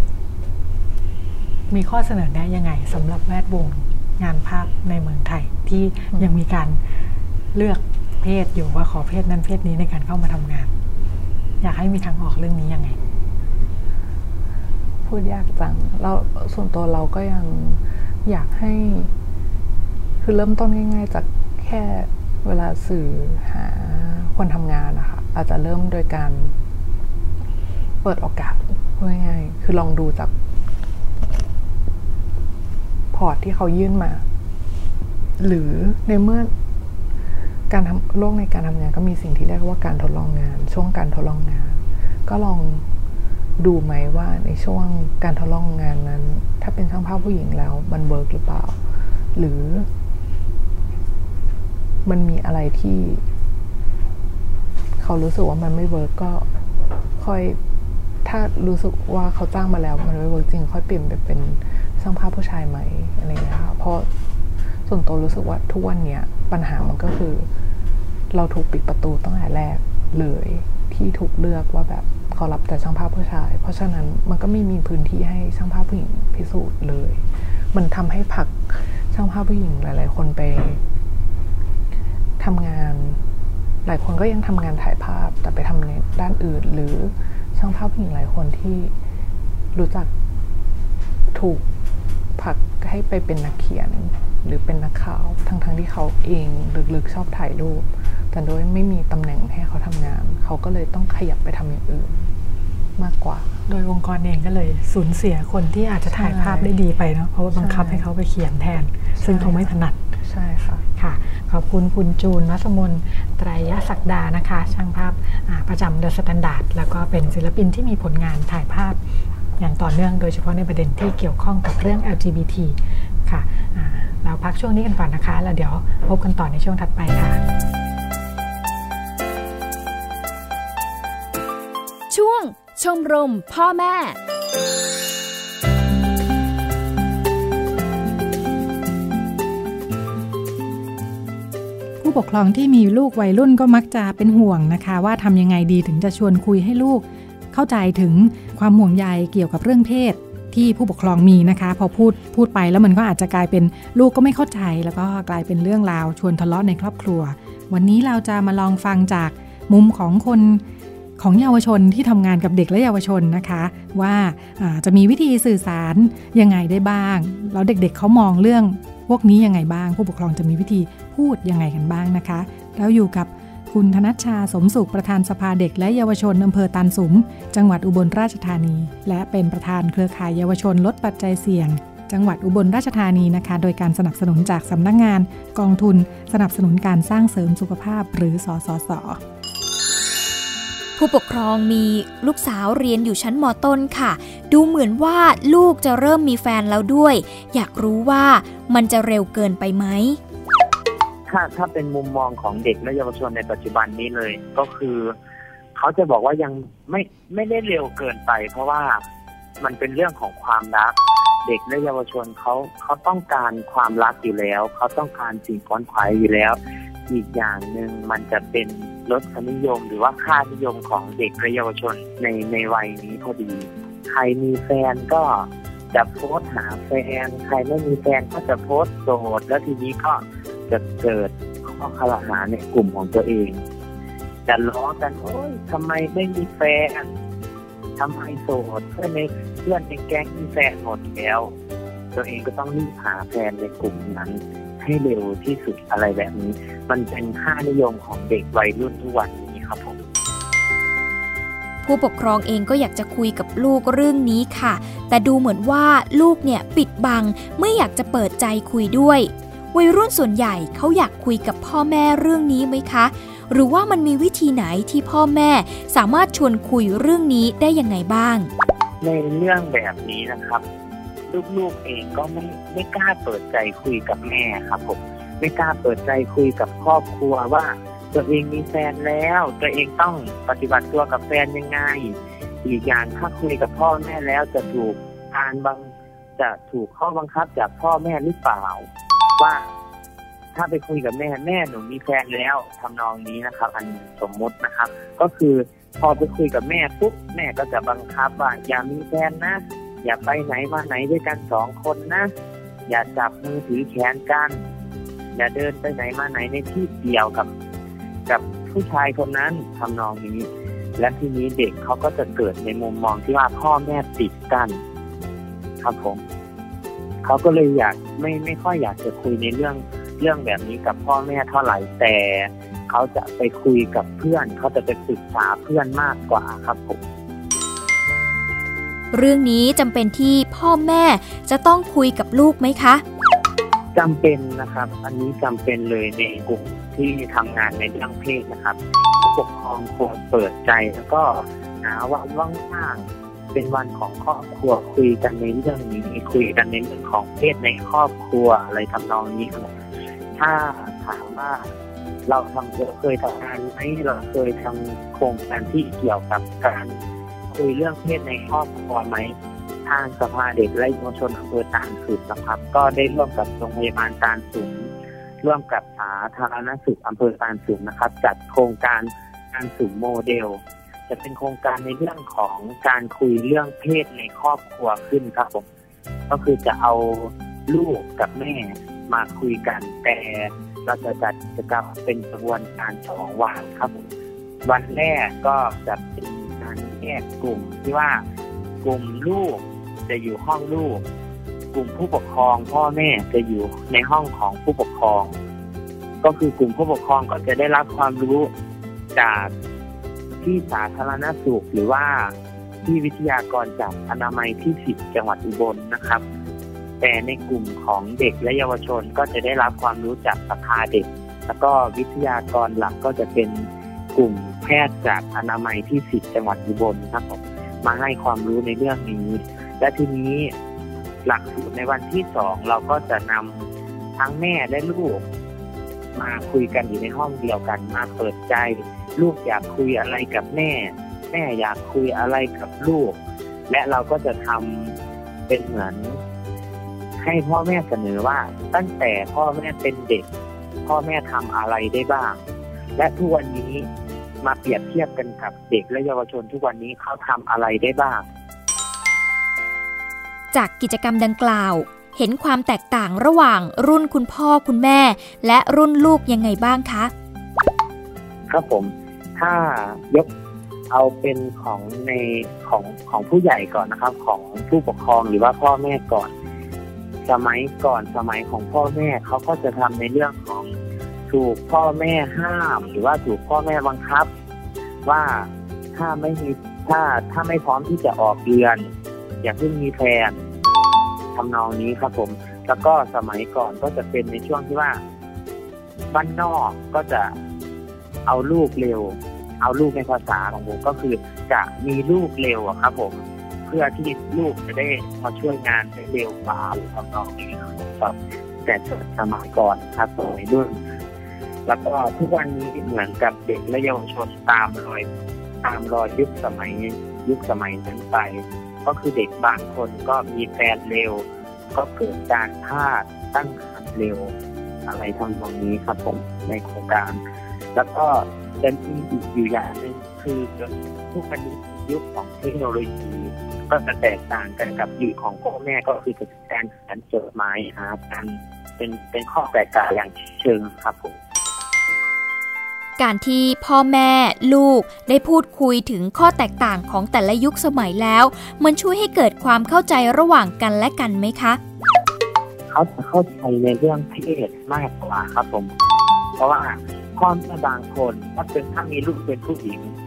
มีข้อเสนอแนะยังไงสำหรับแวดวงงานภาพในเมืองไทยที่ยังมีการเลือกเพศอยู่ว่าขอเพศนั้นเพศนี้ในการเข้ามาทำงานอยากให้มีทางออกเรื่องนี้ยังไงพูดยากจังเราส่วนตัวเราก็ยังอยากให้คือเริ่มต้นง่ายๆจากแค่เวลาสื่อหาคนทำงานนะคะอาจจะเริ่มโดยการเปิดโอกาสง่ายๆคือลองดูจากพอร์ตที่เขายื่นมาหรือในเมื่อการทำโลกในการทำงานก็มีสิ่งที่เรียกว่าการทดลองงานช่วงการทดลองงานก็ลองดูไหมว่าในช่วงการทดลองงานนั้นถ้าเป็นช่างภาพผู้หญิงแล้วมันเวิร์กหรือเปล่าหรือมันมีอะไรที่เขารู้สึกว่ามันไม่เวิร์กก็ค่อยถ้ารู้สึกว่าเขาจ้างมาแล้วมันไม่เวิร์กจริงค่อยเปลี่ยนไปเป็นช่างภาพผู้ชายไหมอะไรเงี้ยค่ะเพราะส่วนตัวรู้สึกว่าทุกวันเนี้ยปัญหามันก็คือเราถูกปิดประตูตั้งแต่แรกเลยที่ถูกเลือกว่าแบบเขารับแต่ช่างภาพผู้ชายเพราะฉะนั้นมันก็ไม่มีพื้นที่ให้ช่างภาพผู้หญิงพิสูจน์เลยมันทำให้ผลักช่างภาพผู้หญิงหลายๆคนไปทำงานหลายคนก็ยังทำงานถ่ายภาพแต่ไปทำในด้านอื่นหรือช่างภาพผู้หญิงหลายคนที่รู้จักถูกผลักให้ไปเป็นนักเขียนหรือเป็นนักข่าวทั้งที่เขาเองลึกๆชอบถ่ายรูปแต่โดยไม่มีตำแหน่งให้เขาทำงานเขาก็เลยต้องขยับไปทำอย่างอื่นมากกว่าโดยองค์กรเองก็เลยสูญเสียคนที่อาจจะถ่ายภาพได้ดีไปเนาะเพราะว่าบังคับให้เขาไปเขียนแทนซึ่งเขาไม่ถนัดใช่ค่ะค่ะขอบคุณคุณจูนวัสมนไตรยศักดานะคะช่างภาพประจำเดอะสแตนดาร์ดแล้วก็เป็นศิลปินที่มีผลงานถ่ายภาพอย่างต่อเนื่องโดยเฉพาะในประเด็นที่เกี่ยวข้องกับเรื่อง LGBT ค่ะเราพักช่วงนี้กันก่อนนะคะแล้วเดี๋ยวพบกันต่อในช่วงถัดไปค่ะช่วงชมรมพ่อแม่ผู้ปกครองที่มีลูกวัยรุ่นก็มักจะเป็นห่วงนะคะว่าทำยังไงดีถึงจะชวนคุยให้ลูกเข้าใจถึงความห่วงใยเกี่ยวกับเรื่องเพศที่ผู้ปกครองมีนะคะพอพูดไปแล้วมันก็อาจจะกลายเป็นลูกก็ไม่เข้าใจแล้วก็กลายเป็นเรื่องราวชวนทะเลาะในครอบครัววันนี้เราจะมาลองฟังจากมุมของคนของเยาวชนที่ทำงานกับเด็กและเยาวชนนะคะว่าจะมีวิธีสื่อสารยังไงได้บ้างแล้วเด็กๆเขามองเรื่องพวกนี้ยังไงบ้างผู้ปกครองจะมีวิธีพูดยังไงกันบ้างนะคะแล้วอยู่กับคุณธนัชชาสมสุขประธานสภาเด็กและเยาวชนอำเภอตานสุมจังหวัดอุบลราชธานีและเป็นประธานเครือข่ายเยาวชนลดปัจจัยเสี่ยงจังหวัดอุบลราชธานีนะคะโดยการสนับสนุนจากสำนักงานกองทุนสนับสนุนการสร้างเสริมสุขภาพหรือสสส. ผู้ปกครองมีลูกสาวเรียนอยู่ชั้นม.ต้นค่ะดูเหมือนว่าลูกจะเริ่มมีแฟนแล้วด้วยอยากรู้ว่ามันจะเร็วเกินไปไหมถ้าเป็นมุมมองของเด็กและเยาวชนในปัจจุบันนี้เลยก็คือเขาจะบอกว่ายังไม่ได้เร็วเกินไปเพราะว่ามันเป็นเรื่องของความรักเด็กและเยาวชนเขาต้องการความรักอยู่แล้วเขาต้องการสิ่งค้นคว้าอยู่แล้วอีกอย่างหนึ่งมันจะเป็นรสนิยมหรือว่าค่านิยมของเด็กและเยาวชนในวัยนี้พอดีใครมีแฟนก็จะโพสต์หาแฟนใครไม่มีแฟนก็จะโพสต์โสดแล้วทีนี้ก็จะเกิดข้อคารหาในกลุ่มของตัวเองจะล้อกันโอ๊ยทำไมไม่มีแฟนทำไมโสดเพื่อนในแก๊งมีแฟนหมดแล้วตัวเองก็ต้องรีบหาแฟนในกลุ่มนั้นให้เร็วที่สุดอะไรแบบนี้มันเป็นค่านิยมของเด็กวัยรุ่นทุกวันนี้ครับผมผู้ปกครองเองก็อยากจะคุยกับลูกเรื่องนี้ค่ะแต่ดูเหมือนว่าลูกเนี่ยปิดบังไม่อยากจะเปิดใจคุยด้วยวัยรุ่นส่วนใหญ่เขาอยากคุยกับพ่อแม่เรื่องนี้ไหมคะหรือว่ามันมีวิธีไหนที่พ่อแม่สามารถชวนคุยเรื่องนี้ได้ยังไงบ้างในเรื่องแบบนี้นะครับลูกๆเองก็ไม่กล้าเปิดใจคุยกับแม่ครับผมไม่กล้าเปิดใจคุยกับครอบครัวว่าตัวเองมีแฟนแล้วตัวเองต้องปฏิบัติตัวกับแฟนยังไงอีกอย่างถ้าคุยกับพ่อแม่แล้วจะถูกข้อบังคับจากพ่อแม่หรือเปล่าว่าถ้าไปคุยกับแม่หนูมีแฟนแล้วทำนองนี้นะครับอันสมมุตินะครับก็คือพอไปคุยกับแม่ปุ๊บแม่ก็จะบังคับว่าอย่ามีแฟนนะอย่าไปไหนมาไหนด้วยกัน2 คนนะอย่าจับมือถือแขนกันอย่าเดินไปไหนมาไหนในที่เดียวกับผู้ชายคนนั้นทำนองนี้และทีนี้เด็กเขาก็จะเกิดในมุมมองที่ว่าพ่อแม่ปิดกั้นครับผมเขาก็เลยไม่ค่อยอยากจะคุยในเรื่องแบบนี้กับพ่อแม่เท่าไหร่แต่เขาจะไปคุยกับเพื่อนเขาจะไปปรึกษาเพื่อนมากกว่าครับผมเรื่องนี้จำเป็นที่พ่อแม่จะต้องคุยกับลูกไหมคะจำเป็นนะครับอันนี้จำเป็นเลยในกลุ่มที่ทำงานในเรื่องเพศนะครับผู้ปกครองควรเปิดใจแล้วก็หาวันว่างๆเป็นวันของครอบครัวคุยกันในเรื่องนี้คุยกันในเรื่องของเพศในครอบครัวอะไรทำนองนี้ครับถ้าถามว่าเราเคยทำงานไหมเราเคยทำโครงการที่เกี่ยวกับการคุยเรื่องเพศในครอบครัวไหมทางสภาเด็กและเยาวชนอำเภอตาลสุขนะครับก็ได้ร่วมกับโรงพยาบาลตาลสุขร่วมกับสาธารณสุขอำเภอตาลสุขนะครับจัดโครงการตาลสุขโมเดลจะเป็นโครงการในเรื่องของการคุยเรื่องเพศในครอบครัวขึ้นครับผมก็คือจะเอาลูกกับแม่มาคุยกันแต่เราจะจัดกิจกรรมเป็นกระบวนการ2 วันครับวันแรกก็จะเป็นการแยกกลุ่มที่ว่ากลุ่มลูกจะอยู่ห้องลูกกลุ่มผู้ปกครองพ่อแม่จะอยู่ในห้องของผู้ปกครองก็คือกลุ่มผู้ปกครองก็จะได้รับความรู้จากที่สาธารณสุขหรือว่าที่วิทยากรจากอนามัยที่10จังหวัดอุบลนะครับแต่ในกลุ่มของเด็กและเยาวชนก็จะได้รับความรู้จากสภาเด็กแล้วก็วิทยากรหลักก็จะเป็นกลุ่มแพทย์จากอนามัยที่10จังหวัดอุบลครับมาให้ความรู้ในเรื่องนี้และทีนี้หลักสูตรในวันที่2เราก็จะนำทั้งแม่และลูกมาคุยกันอยู่ในห้องเดียวกันมาเปิดใจลูกอยากคุยอะไรกับแม่อยากคุยอะไรกับลูกและเราก็จะทำเป็นเหมือนให้พ่อแม่เสนอว่าตั้งแต่พ่อแม่เป็นเด็กพ่อแม่ทำอะไรได้บ้างและทุกวันนี้มาเปรียบเทียบกันกับเด็กและเยาวชนทุกวันนี้เขาทำอะไรได้บ้างจากกิจกรรมดังกล่าวเห็นความแตกต่างระหว่างรุ่นคุณพ่อคุณแม่และรุ่นลูกยังไงบ้างคะครับผมถ้ายกเอาเป็นของผู้ใหญ่ก่อนนะครับของผู้ปกครองหรือว่าพ่อแม่ก่อนสมัยของพ่อแม่เขาก็จะทำในเรื่องของถูกพ่อแม่ห้ามหรือว่าถูกพ่อแม่บังคับว่าถ้าไม่พร้อมที่จะออกเดือนอย่าเพิ่งมีแฟนทำนองนี้ครับผมแล้วก็สมัยก่อนก็จะเป็นในช่วงที่ว่าบ้านนอกก็จะเอาลูกเร็วเอาลูกในภาษาของผมก็คือจะมีลูกเร็วครับผมเพื่อที่ลูกจะได้มาช่วยงานได้เร็วกว่าทำนองนี้ครับแต่สมัยก่อนครับสมัยรุ่นแล้วก็ทุกวันนี้เหมือนกับเด็กและเยาวชนตามรอยยุคสมัยนั้นไปก็คือเด็กบางคนก็มีแฟนเร็วก็เกิดการพลาดตั้งครรภ์เร็วอะไรทำตรงนี้ครับผมในโครงการแล้วก็จะมีอีกอยู่อย่างนึงคือทุกวันนี้ยุคของเทคโนโลยีก็จะแตกต่างกันกับยุคของพ่อแม่ก็คือการเขียนจดหมายหากันเป็นข้อแตกต่างอย่างเชิงครับผมการที่พ่อแม่ลูกได้พูดคุยถึงข้อแตกต่างของแต่ละยุคสมัยแล้วมันช่วยให้เกิดความเข้าใจระหว่างกันและกันไหมคะเขาจะเข้าใจในเรื่องเพศมากกว่าครับผมเพราะว่าพ่อแม่บางคนถ้ามีลูกเป็นผู้หญิง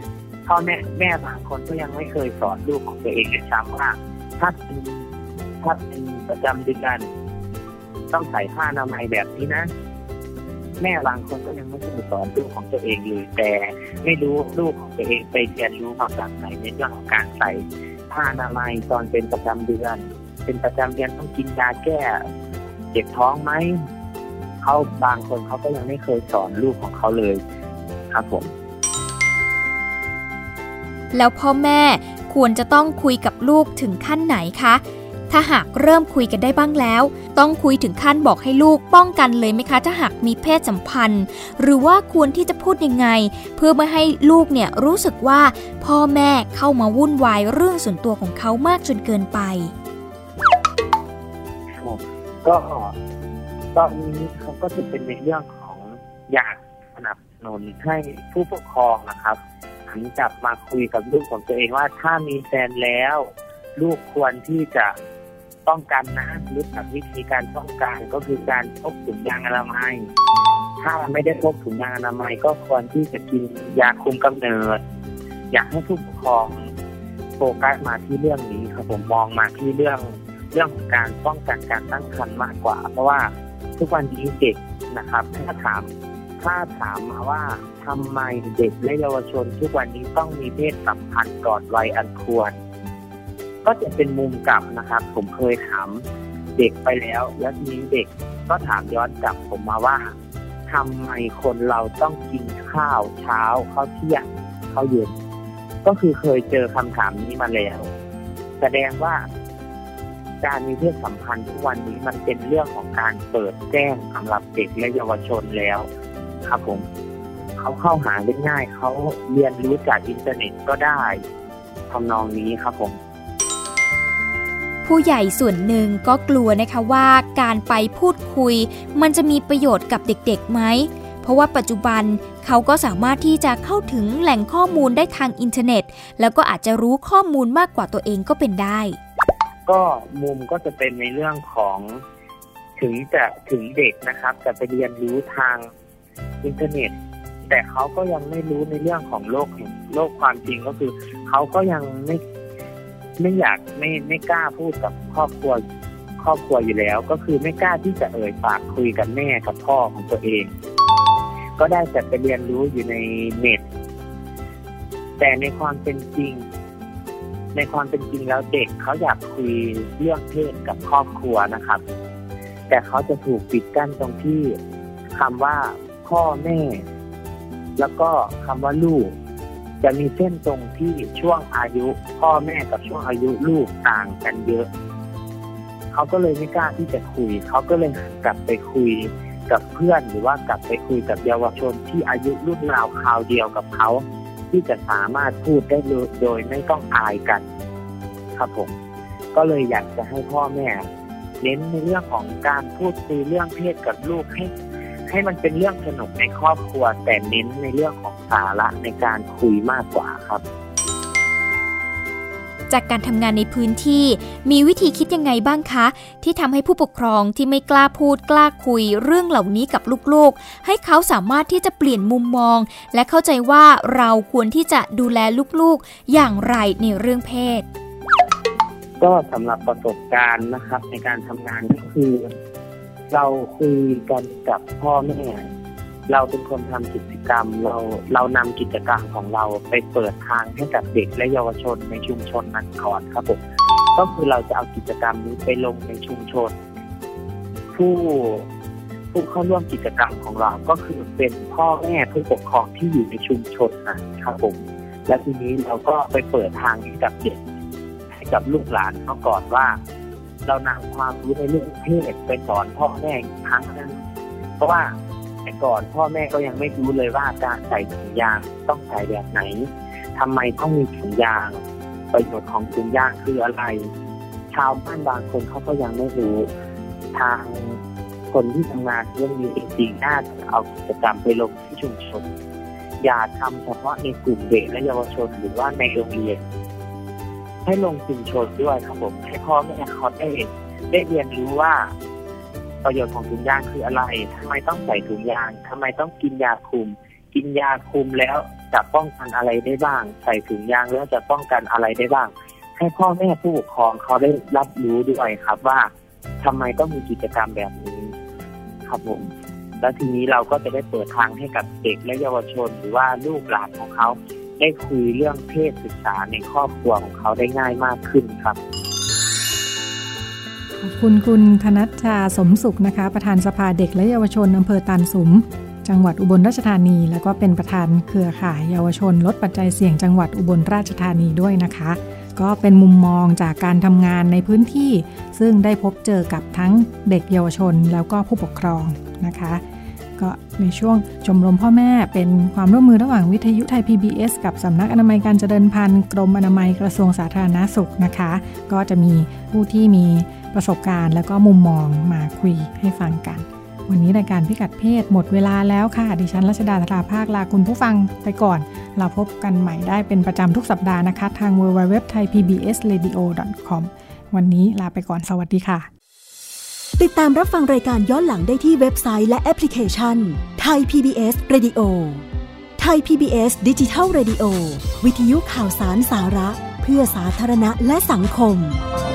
พ่อแม่บางคนก็ยังไม่เคยสอนลูกของตัวเองเลยซ้ำว่าถ้าเป็นประจำเดือนต้องใส่ผ้าอนามัยแบบนี้นะแม่บางคนก็ยังไม่เคยสอนลูกของตัวเองเลยแต่ไม่รู้ลูกของตัวเองไปเรียนรู้มาจากไหนในเรื่องของการใส่ผ้าอนามัยตอนเป็นประจำเดือนต้องกินยาแก้เจ็บท้องไหมเขาบางคนเขาก็ยังไม่เคยสอนลูกของเขาเลยครับผมแล้วพ่อแม่ควรจะต้องคุยกับลูกถึงขั้นไหนคะถ้าหากเริ่มคุยกันได้บ้างแล้วต้องคุยถึงขั้นบอกให้ลูกป้องกันเลยไหมคะถ้าหากมีเพศสัมพันธ์หรือว่าควรที่จะพูดยังไงเพื่อไม่ให้ลูกเนี่ยรู้สึกว่าพ่อแม่เข้ามาวุ่นวายเรื่องส่วนตัวของเขามากจนเกินไปก็ตอนนี้เขาก็จะเป็นในเรื่องของอยากสนับสนุนให้ผู้ปกครองนะครับหันกลับมาคุยกับลูกของตัวเองว่าถ้ามีแฟนแล้วลูกควรที่จะป้องกันนะรู้จักวิธีการป้องกันก็คือการพกถุงยางอนามัยถ้าไม่ได้พกถุงยางอนามัยก็ควรที่จะกินยาคุมกำเนิดอยากให้ผู้ปกครองโฟกัสมาที่เรื่องนี้ครับผมมองมาที่เรื่องของการป้องกันการตั้งครรภ์มากกว่าเพราะว่าทุกวันนี้เด็กนะครับถ้าถามมาว่าทำไมเด็กและเยาวชนทุกวันนี้ต้องมีเพศสัมพันธ์ก่อนวัยอันควรก็จะเป็นมุมกลับนะครับผมเคยถามเด็กไปแล้วทีนี้เด็กก็ถามย้อนกลับผมมาว่าทำไมคนเราต้องกินข้าวเช้าข้าวเที่ยงข้าวเย็นก็คือเคยเจอคำถามนี้มาแล้วแสดงว่าการมีเพศสัมพันธ์ทุกวันนี้มันเป็นเรื่องของการเปิดแจ้งสำหรับเด็กและเยาวชนแล้วครับผมเขาเข้าหาได้ง่ายเขาเรียนรู้จากอินเทอร์เน็ตก็ได้ทำนองนี้ครับผมผู้ใหญ่ส่วนหนึ่งก็กลัวนะคะว่าการไปพูดคุยมันจะมีประโยชน์กับเด็กๆไหมเพราะว่าปัจจุบันเขาก็สามารถที่จะเข้าถึงแหล่งข้อมูลได้ทางอินเทอร์เน็ตแล้วก็อาจจะรู้ข้อมูลมากกว่าตัวเองก็เป็นได้ก็มุมก็จะเป็นในเรื่องของถึงเด็กนะครับจะไปเรียนรู้ทางอินเทอร์เน็ตแต่เขาก็ยังไม่รู้ในเรื่องของโลกความจริงก็คือเขาก็ยังไม่อยากไม่กล้าพูดกับครอบครัวอยู่แล้วก็คือไม่กล้าที่จะเอ่ยปากคุยกับแม่กับพ่อของตัวเองก็ได้แต่ไปเรียนรู้อยู่ในเน็ตแต่ในความเป็นจริงแล้วเด็กเขาอยากคุยเรื่องเพศกับครอบครัวนะครับแต่เขาจะถูกปิดกั้นตรงที่คำว่าพ่อแม่แล้วก็คำว่าลูกจะมีเส้นตรงที่ช่วงอายุพ่อแม่กับช่วงอายุลูกต่างกันเยอะเขาก็เลยไม่กล้าที่จะคุยเขาก็เลยกลับไปคุยกับเพื่อนหรือว่ากลับไปคุยกับเยาวชนที่อายุรุ่นราวคราวเดียวกับเขาที่จะสามารถพูดได้โดยไม่ต้องอายกันครับผมก็เลยอยากจะให้พ่อแม่เน้นในเรื่องของการพูดคุยเรื่องเพศกับลูกให้มันเป็นเรื่องสนุกในครอบครัวแต่เน้นในเรื่องของสาระในการคุยมากกว่าครับจากการทำงานในพื้นที่มีวิธีคิดยังไงบ้างคะที่ทำให้ผู้ปกครองที่ไม่กล้าพูดกล้าคุยเรื่องเหล่านี้กับลูกๆให้เขาสามารถที่จะเปลี่ยนมุมมองและเข้าใจว่าเราควรที่จะดูแลลูกๆอย่างไรในเรื่องเพศก็สำหรับประสบการณ์นะครับในการทำงานก็คือเราคุยกันกับพ่อแม่เราเป็นคนทำกิจกรรมเรานำกิจกรรมของเราไปเปิดทางให้กับเด็กและเยาวชนในชุมชนนั้นก่อนครับผมก็คือเราจะเอากิจกรรมนี้ไปลงในชุมชนผู้เข้าร่วมกิจกรรมของเราก็คือเป็นพ่อแม่ผู้ปกครองที่อยู่ในชุมชนนะครับผมและทีนี้เราก็ไปเปิดทางให้กับเด็กให้กับลูกหลานเขาก่อนว่าเรานำความรู้ในเรื่องเพศไปสอนพ่อแม่อีกครั้งนึงเพราะว่าแต่ก่อนพ่อแม่ก็ยังไม่รู้เลยว่าการใส่ถุงยางต้องใส่แบบไหนทำไมต้องมีถุงยางประโยชน์ของถุงยางคืออะไรชาวบ้านบางคนเขาก็ยังไม่รู้ทางคนที่ทำงานเรื่องนี้จริงๆน่าจะเอากิจกรรมไปลงที่ชุมชนอย่าทำเฉพาะในกลุ่มเด็กและเยาวชนหรือว่าในโรงเรียนให้ลงชุมชนด้วยครับผมให้พ่อแม่เขาได้เรียนรู้ว่าประโยชน์ของถุงยางคืออะไรทำไมต้องใส่ถุงยางทำไมต้องกินยาคุมแล้วจะป้องกันอะไรได้บ้างใส่ถุงยางแล้วจะป้องกันอะไรได้บ้างให้พ่อแม่ผู้ปกครองเขาได้รับรู้ด้วยครับว่าทำไมต้องมีกิจกรรมแบบนี้ครับผมแล้วทีนี้เราก็จะได้เปิดทางให้กับเด็กและเยาวชนหรือว่าลูกหลานของเขาได้คุยเรื่องเพศศึกษาในครอบครัวของเขาได้ง่ายมากขึ้นครับขอบคุณคุณธนัชชาสมสุขนะคะประธานสภาเด็กและเยาวชนอำเภอตาลสุมจังหวัดอุบลราชธานีแล้วก็เป็นประธานเครือข่ายเยาวชนลดปัจจัยเสี่ยงจังหวัดอุบลราชธานีด้วยนะคะก็เป็นมุมมองจากการทำงานในพื้นที่ซึ่งได้พบเจอกับทั้งเด็กเยาวชนแล้วก็ผู้ปกครองนะคะก็ในช่วงชมรมพ่อแม่เป็นความร่วมมือระหว่างวิทยุไทย PBS กับสำนักอนามัยการเจริญพันธุ์กรมอนามัยกระทรวงสาธารณสุขนะคะก็จะมีผู้ที่มีประสบการณ์แล้วก็มุมมองมาคุยให้ฟังกันวันนี้รายการพิกัดเพศหมดเวลาแล้วค่ะดิฉันรัชดาธราภาคลาคุณผู้ฟังไปก่อนเราพบกันใหม่ได้เป็นประจำทุกสัปดาห์นะคะทาง www.thaipbsradio.com วันนี้ลาไปก่อนสวัสดีค่ะติดตามรับฟังรายการย้อนหลังได้ที่เว็บไซต์และแอปพลิเคชัน Thai PBS Radio Thai PBS Digital Radio วิทยุข่าวสารสาระเพื่อสาธารณะและสังคม